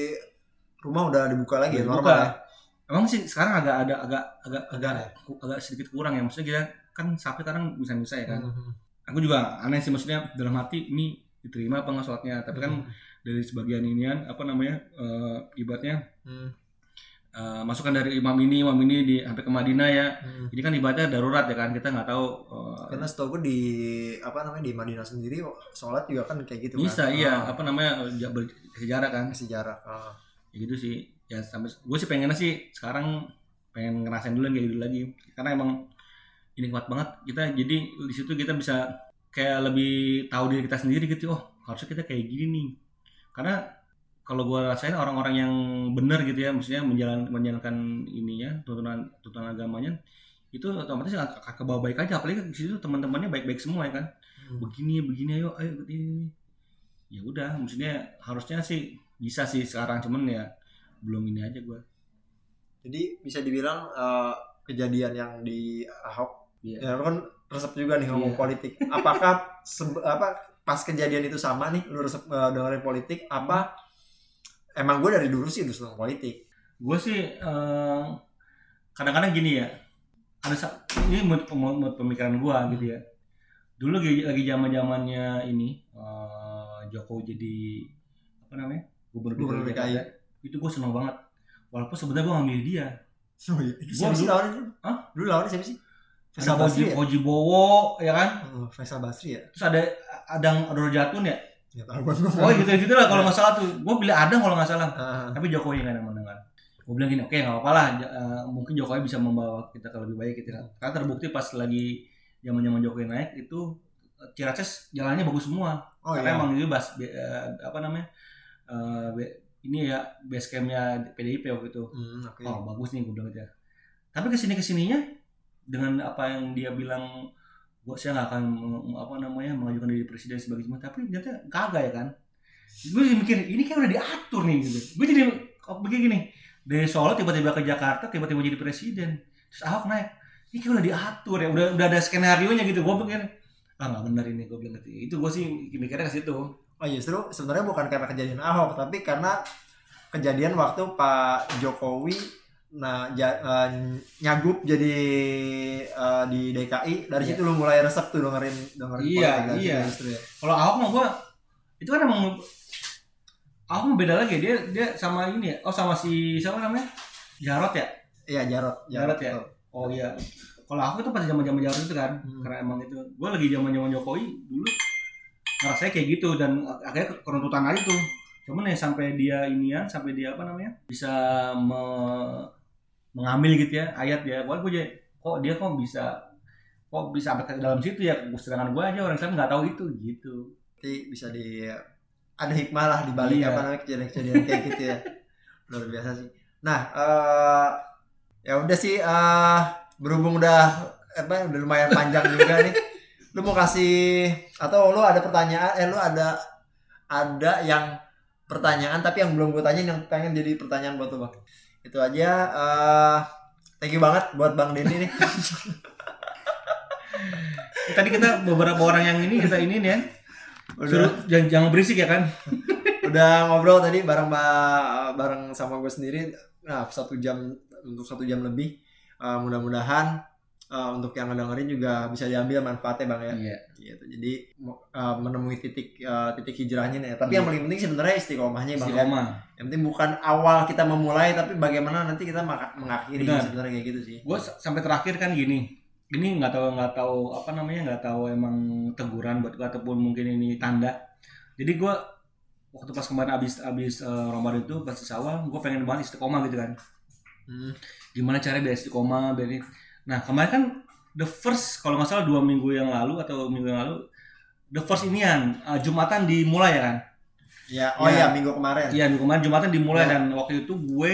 [SPEAKER 1] rumah udah dibuka lagi ya, normal ya?
[SPEAKER 2] Emang sih sekarang agak ada agak agak agak agak sedikit kurang ya, maksudnya kita kan sampai sekarang bisa-bisa ya kan. Hmm. Aku juga aneh sih, maksudnya dalam hati ini diterima apa nggak sholatnya, tapi kan hmm. dari sebagian inian apa namanya uh, ibaratnya hmm. uh, masukan dari imam ini imam ini di sampai ke Madinah ya, hmm. ini kan ibaratnya darurat ya kan, kita nggak tahu. Uh,
[SPEAKER 1] Karena setahu gue di apa namanya di Madinah sendiri sholat juga kan kayak gitu
[SPEAKER 2] bisa,
[SPEAKER 1] kan?
[SPEAKER 2] Iya,
[SPEAKER 1] oh.
[SPEAKER 2] apa namanya sejarah kan?
[SPEAKER 1] Sejarah. Oh.
[SPEAKER 2] Ya gitu sih. Ya sampai gue sih pengennya sih sekarang pengen ngerasain dulu kayak gitu lagi, karena emang ini kuat banget kita. Jadi di situ kita bisa kayak lebih tahu diri kita sendiri gitu. Oh harusnya kita kayak gini nih. Karena kalau gue rasain orang-orang yang benar gitu ya, maksudnya menjalan, menjalankan ininya tuntunan tuntunan agamanya, itu otomatis akan ke bawah baik aja. Apalagi di situ teman-temannya baik-baik semua ya kan. Hmm. Begini begini ayo ayo begini. Ya udah, maksudnya harusnya sih bisa sih sekarang, cuman ya belum ini aja gue.
[SPEAKER 1] Jadi bisa dibilang uh, kejadian yang di Ahok, yeah. ya kan resep juga nih ngomong yeah. politik. Apakah sebe- apa pas kejadian itu sama nih lu resep uh, dengerin politik? Apa emang gue dari dulu sih terus tentang politik?
[SPEAKER 2] Gue sih uh, kadang-kadang gini ya. Ada ini mood, mood pemikiran gue hmm. gitu ya. Dulu lagi lagi zaman-zamannya ini uh, Jokowi jadi apa namanya? Gubernur D K I. Itu gue seneng banget. Walaupun sebenarnya gue ngambil dia.
[SPEAKER 1] Oh iya. Gue dulu lawan itu. Hah? Dulu lawan siapa sih?
[SPEAKER 2] Faisal Basri ya? Koji Bowo ya kan?
[SPEAKER 1] Oh, Faisal Basri ya. Terus
[SPEAKER 2] ada Adang Ador Jatun ya?
[SPEAKER 1] Ya tahu gue.
[SPEAKER 2] Oh gitu-gitu lah kalau nggak salah tuh. Gue pilih Adang kalau nggak salah. Uh-huh. Tapi Jokowi nggak ada mendengar. Gue bilang gini, oke okay, nggak apa-apa lah. Uh, mungkin Jokowi bisa membawa kita ke lebih baik gitu. Karena terbukti pas lagi zaman-zaman Jokowi naik itu Ciracas jalannya bagus semua.
[SPEAKER 1] Oh,
[SPEAKER 2] karena
[SPEAKER 1] iya.
[SPEAKER 2] emang itu bas be, uh, apa namanya uh, be, ini ya base campnya P D I P waktu itu.
[SPEAKER 1] Hmm, okay.
[SPEAKER 2] Oh bagus nih gue bilang aja. Tapi kesini kesininya dengan apa yang dia bilang, gue saya nggak akan apa namanya mengajukan diri presiden sebagai cuma, tapi ternyata kagak ya kan. Gue jadi mikir ini kan udah diatur nih gitu. Gue jadi begini dari Solo tiba-tiba ke Jakarta tiba-tiba jadi presiden. Terus Ahok naik. Ini kan udah diatur ya, udah udah ada skenario nya gitu. Gue pikir ah nggak benar ini, gue bilang gitu. Itu gue sih mikirnya ke situ.
[SPEAKER 1] Oh justru sebenarnya bukan karena kejadian Ahok, tapi karena kejadian waktu Pak Jokowi nah ja, uh, nyagup jadi uh, di D K I. Dari yeah. situ lu mulai resep tuh dengerin dengerin
[SPEAKER 2] iya, iya.
[SPEAKER 1] Ya.
[SPEAKER 2] Kalau Ahok mah gue itu kan emang Ahok mah beda lagi, dia dia sama ini ya. Oh sama si siapa namanya? Jarot ya?
[SPEAKER 1] Iya Jarot,
[SPEAKER 2] Jarot, Jarot ya. Betul. Oh iya. Kalau aku itu pas zaman-zaman Jarot itu kan, hmm. karena emang itu gue lagi zaman-zaman Jokowi dulu ngerasanya kayak gitu dan akhirnya keruntutan aja tuh. Cuman ya sampai dia inian, sampai dia apa namanya bisa me, mengambil gitu ya ayat ya. Wah gue jadi kok dia kok bisa kok bisa sampai ke dalam situ ya. Sedangkan gue aja orang Islam nggak tahu itu gitu.
[SPEAKER 1] Jadi bisa di ada hikmah lah di balik iya. apa namanya kejadian-kejadian kayak gitu ya. Luar biasa sih. Nah. Uh, Ya udah sih, uh, berhubung udah apa udah lumayan panjang juga nih. Lu mau kasih atau lu ada pertanyaan? Eh lu ada ada yang pertanyaan tapi yang belum gue tanyain yang pengen jadi pertanyaan buat lu Bang. Itu aja. Uh, thank you banget buat Bang Denny nih.
[SPEAKER 2] Tadi kita beberapa orang yang ini kita ini nih ya. Suruh jangan, jangan berisik ya kan.
[SPEAKER 1] Udah ngobrol tadi bareng bareng sama gue sendiri. Nah satu jam untuk satu jam lebih, uh, mudah-mudahan uh, untuk yang ngedengerin juga bisa diambil manfaatnya Bang ya.
[SPEAKER 2] Iya.
[SPEAKER 1] Gitu. Jadi uh, menemui titik uh, titik hijrahnya nih. Tapi iya. yang paling penting sebenarnya istiqomahnya Bang.
[SPEAKER 2] Istiqomah.
[SPEAKER 1] Ya. Yang penting bukan awal kita memulai, tapi bagaimana nanti kita mengakhiri sebenarnya kayak gitu sih.
[SPEAKER 2] Gue sampai terakhir kan gini. Ini nggak tahu nggak tahu apa namanya nggak tahu emang teguran buat gue ataupun mungkin ini tanda. Jadi gue waktu pas kemarin abis abis uh, Ramadan itu pas di Syawal, gue pengen banget istiqomah gitu kan. Hmm. Gimana caranya biar istiqomah biar ini. Nah kemarin kan the first kalau nggak salah dua minggu yang lalu atau minggu yang lalu the first inian uh, Jumatan dimulai ya kan.
[SPEAKER 1] Ya oh ya, ya minggu kemarin.
[SPEAKER 2] Iya minggu kemarin Jumatan dimulai ya. Dan waktu itu gue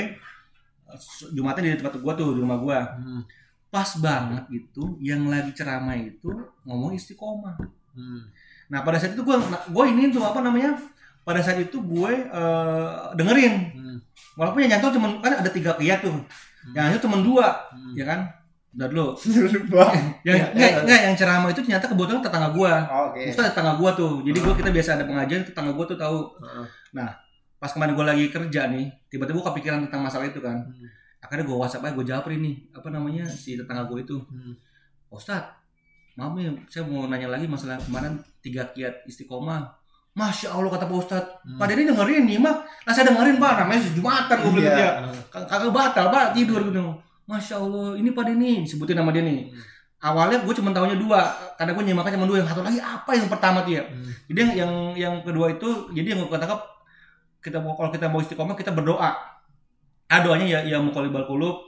[SPEAKER 2] Jumatan di tempat gue tuh di rumah gue. Hmm. Pas banget gitu yang lagi ceramah itu ngomong istiqomah. Hmm. Nah pada saat itu gue gue ini tuh apa namanya pada saat itu gue uh, dengerin. Hmm. Walaupun yang nyantol cuma kan ada tiga kiat tuh, hmm. yang itu cuma dua, hmm. ya kan? Udah dulu. yang enggak enggak yang ceramah itu ternyata kebetulan tetangga gua.
[SPEAKER 1] Oh, okay.
[SPEAKER 2] Ustaz tetangga gua tuh. Jadi gua kita biasa ada pengajian tetangga gua tuh tahu. Uh-huh. Nah, pas kemarin gua lagi kerja nih, tiba-tiba gua kepikiran tentang masalah itu kan. Hmm. Akhirnya gua WhatsApp aja, gua japri nih, apa namanya si tetangga gua itu. Hmm. Ustaz, maaf nih, saya mau nanya lagi masalah kemarin tiga kiat istiqomah. Masya Allah kata Pak Ustadz, hmm. Pak Denny dengerin nih mak, nah saya dengerin Pak, namanya Jumatan gue bilang dia, kagak batal Pak tidur gitu. Masya Allah, ini Pak Denny disebutin nama dia nih. Hmm. Awalnya gue cuma tahunya dua, karena gue nyimaknya cuma dua, yang satu lagi apa yang pertama dia. Hmm. Jadi yang, yang yang kedua itu, jadi yang gue katakan kita kalau kita mau istiqomah kita berdoa. Ah doanya ya ya muqallibal qulub.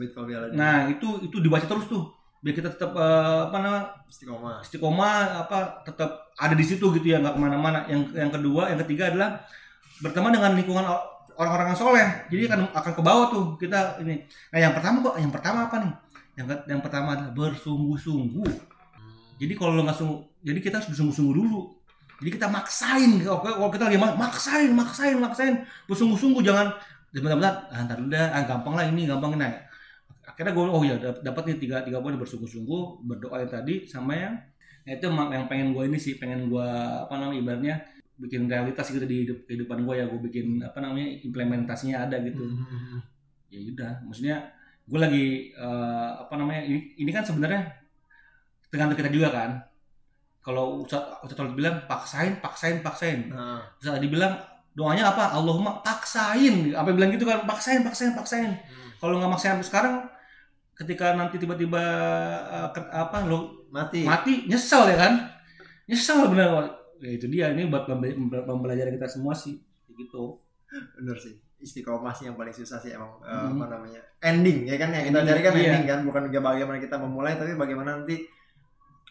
[SPEAKER 2] Nah itu itu dibaca terus tuh. Biar kita tetap uh, apa namanya
[SPEAKER 1] istiqomah
[SPEAKER 2] istiqomah apa tetap ada di situ gitu ya nggak kemana-mana. Yang yang kedua yang ketiga adalah berteman dengan lingkungan orang-orang yang soleh, jadi akan akan ke bawah tuh kita ini. Nah yang pertama kok yang pertama apa nih yang yang pertama adalah bersungguh-sungguh. hmm. Jadi kalau lo nggak sungguh, jadi kita harus bersungguh-sungguh dulu. Jadi kita maksain kalau kita lagi maksain maksain maksain bersungguh-sungguh, jangan benar-benar ah, ntar dulu dah ah, gampang lah ini gampang ini. Nah, akhirnya gue oh ya dapat nih tiga tiga poin bersungguh-sungguh, berdoa yang tadi sama yang ya itu yang pengen gue ini sih pengen gue apa namanya ibaratnya bikin realitas gitu di hidup kehidupan gue ya, gue bikin apa namanya implementasinya ada gitu. Mm-hmm. Ya udah maksudnya gue lagi uh, apa namanya ini ini kan sebenarnya tergantung kita juga kan. Kalau Ustaz Ustaz bilang paksain paksain paksain, nah. Ustaz dibilang doanya apa Allahumma paksain, apa bilang gitu kan, paksain paksain paksain. Hmm. Kalau nggak maksain sekarang ketika nanti tiba-tiba uh, ke, apa lo
[SPEAKER 1] mati
[SPEAKER 2] mati nyesel ya kan, nyesel benar. Ya itu dia, ini buat pembelajaran kita semua sih gitu.
[SPEAKER 1] Bener sih, istiqomah sih yang paling susah sih emang. hmm. uh, apa namanya ending ya kan, yang kita cari kan ending, iya. kan bukan bagaimana kita memulai tapi bagaimana nanti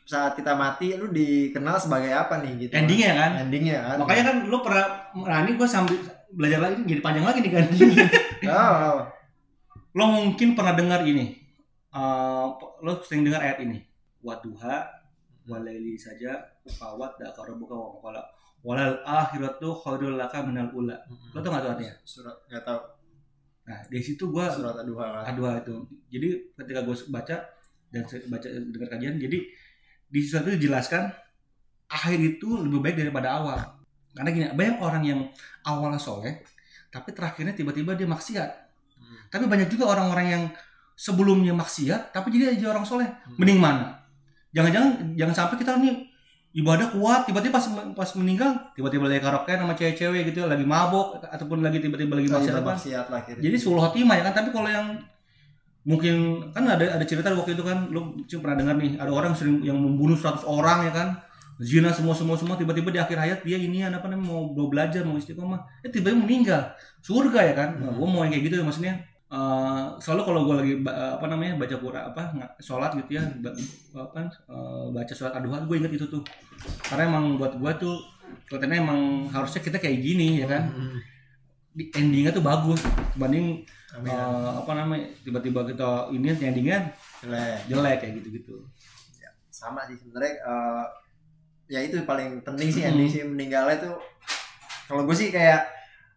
[SPEAKER 1] saat kita mati lu dikenal sebagai apa nih gitu.
[SPEAKER 2] Endingnya kan.
[SPEAKER 1] Endingnya kan.
[SPEAKER 2] Makanya kan lu pernah Rani gue sambil belajar lagi jadi panjang lagi nih kan.
[SPEAKER 1] Oh, oh.
[SPEAKER 2] Lo mungkin pernah dengar ini. Uh, lo sering dengar ayat ini. Wadduha walaili saja ukawat da karabuka wa qala walal akhiratu khairul laka minal ula. Lo tau enggak tuh artinya?
[SPEAKER 1] Surat enggak tahu.
[SPEAKER 2] Nah, di situ gua
[SPEAKER 1] surat Ad-Duha.
[SPEAKER 2] Ad-Duha itu. Jadi ketika gua baca dan baca dengar kajian, jadi di surat itu dijelaskan akhir itu lebih baik daripada awal. Karena gini, banyak orang yang awalnya soleh, tapi terakhirnya tiba-tiba dia maksiat. Hmm. Tapi banyak juga orang-orang yang sebelumnya maksiat, tapi jadi aja orang soleh. Hmm. Mending mana? Jangan-jangan jangan sampai kita nih ibadah kuat, tiba-tiba pas pas meninggal, tiba-tiba lagi karaoke sama cewek-cewek gitu, lagi mabok ataupun lagi tiba-tiba lagi maksiat apa? Jadi sulh khotimah ya kan. Tapi kalau yang mungkin kan ada ada cerita waktu itu kan, lu cuma pernah dengar nih, ada orang sering yang membunuh seratus orang ya kan, zina semua semua semua, tiba-tiba di akhir hayat dia ini apa namanya mau mau belajar mau istiqomah, eh tiba-tiba meninggal, surga ya kan. Nah, gue mau yang kayak gitu maksudnya. Uh, selalu kalau gue lagi uh, apa namanya baca Quran apa sholat gitu ya, apa uh, baca sholat Ad-Duha, gue inget itu tuh, karena emang buat gue tuh kelihatannya emang harusnya kita kayak gini ya kan. Di endingnya tuh bagus dibanding uh, apa namanya tiba-tiba kita ini endingnya jelek jelek kayak gitu-gitu.
[SPEAKER 1] Ya, sama sih sebenarnya, uh, ya itu paling penting sih. hmm. Ending sih meninggalnya tuh kalau gue sih kayak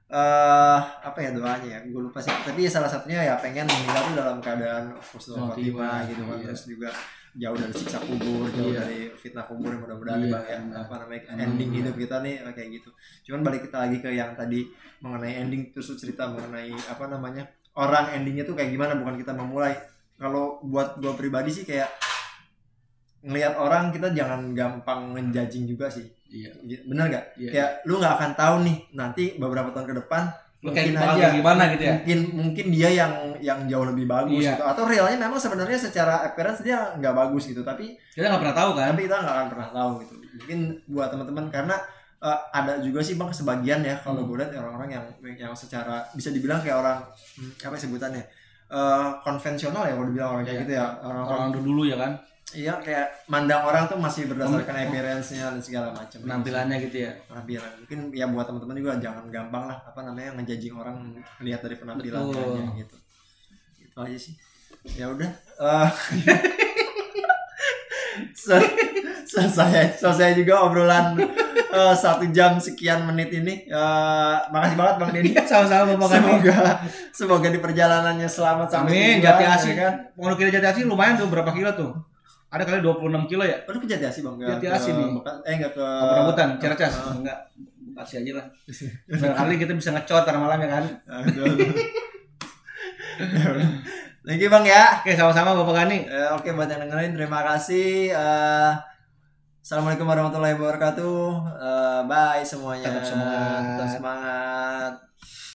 [SPEAKER 1] Uh, apa ya doanya ya, gue lupa sih, tapi ya salah satunya ya pengen meninggal tuh dalam keadaan husnul khotimah gitu kan. Iya. Terus juga jauh dari siksa kubur, jauh iya. dari fitnah kubur, mudah-mudahan iya. bang ya apa namanya ending hmm. hidup kita nih kayak gitu. Cuman balik kita lagi ke yang tadi mengenai ending, terus cerita mengenai apa namanya orang endingnya tuh kayak gimana, bukan kita memulai. Kalau buat gue pribadi sih kayak ngelihat orang, kita jangan gampang ngejudging juga sih. Iya. Bener gak? Iya. Kayak lu gak akan tahu nih nanti beberapa tahun ke depan lu mungkin aja
[SPEAKER 2] gimana gitu ya.
[SPEAKER 1] Mungkin mungkin dia yang yang jauh lebih bagus iya. gitu. Atau realnya memang sebenarnya secara appearance dia nggak bagus gitu, tapi
[SPEAKER 2] kita nggak pernah tahu kan.
[SPEAKER 1] Tapi kita nggak akan pernah tahu gitu. Mungkin buat teman-teman, karena uh, ada juga sih bang sebagian ya kalau hmm. gue lihat orang-orang yang yang secara bisa dibilang kayak orang hmm, apa sebutannya uh, konvensional ya, kalau dibilang orang kayak iya. gitu ya,
[SPEAKER 2] orang-orang dulu ya kan.
[SPEAKER 1] Iya, kayak mandang orang tuh masih berdasarkan oh, appearance-nya dan segala macam.
[SPEAKER 2] Penampilannya gitu ya.
[SPEAKER 1] Penampilan. Mungkin ya buat teman-teman juga jangan gampang lah apa namanya ngejudging orang lihat dari penampilannya aja gitu. Gitu aja sih. Ya udah. Uh, selesai selesai juga obrolan uh, satu jam sekian menit ini. Uh, makasih banget Bang Denny.
[SPEAKER 2] Sama-sama Bapak.
[SPEAKER 1] Semoga semoga di perjalanannya selamat sampai
[SPEAKER 2] tujuan. Jati Asih kan. Mau kira Jati Asih lumayan tuh, berapa kilo tuh? Ada kali dua puluh enam kilo ya?
[SPEAKER 1] Perlu ke Jati Asih Bang?
[SPEAKER 2] Jati Asih nih.
[SPEAKER 1] Bekas, eh enggak ke
[SPEAKER 2] Rambutan, Ciracas. Uh, enggak. Bekasi aja lah. Barangkali kita bisa ngecot ntar malam ya kan?
[SPEAKER 1] Thank you Bang ya.
[SPEAKER 2] Oke, sama-sama Bapak Gani.
[SPEAKER 1] Uh, Oke, buat yang dengerin terima kasih. Uh, Assalamualaikum warahmatullahi wabarakatuh. Uh, bye semuanya.
[SPEAKER 2] Tetap semangat.
[SPEAKER 1] Tetap semangat.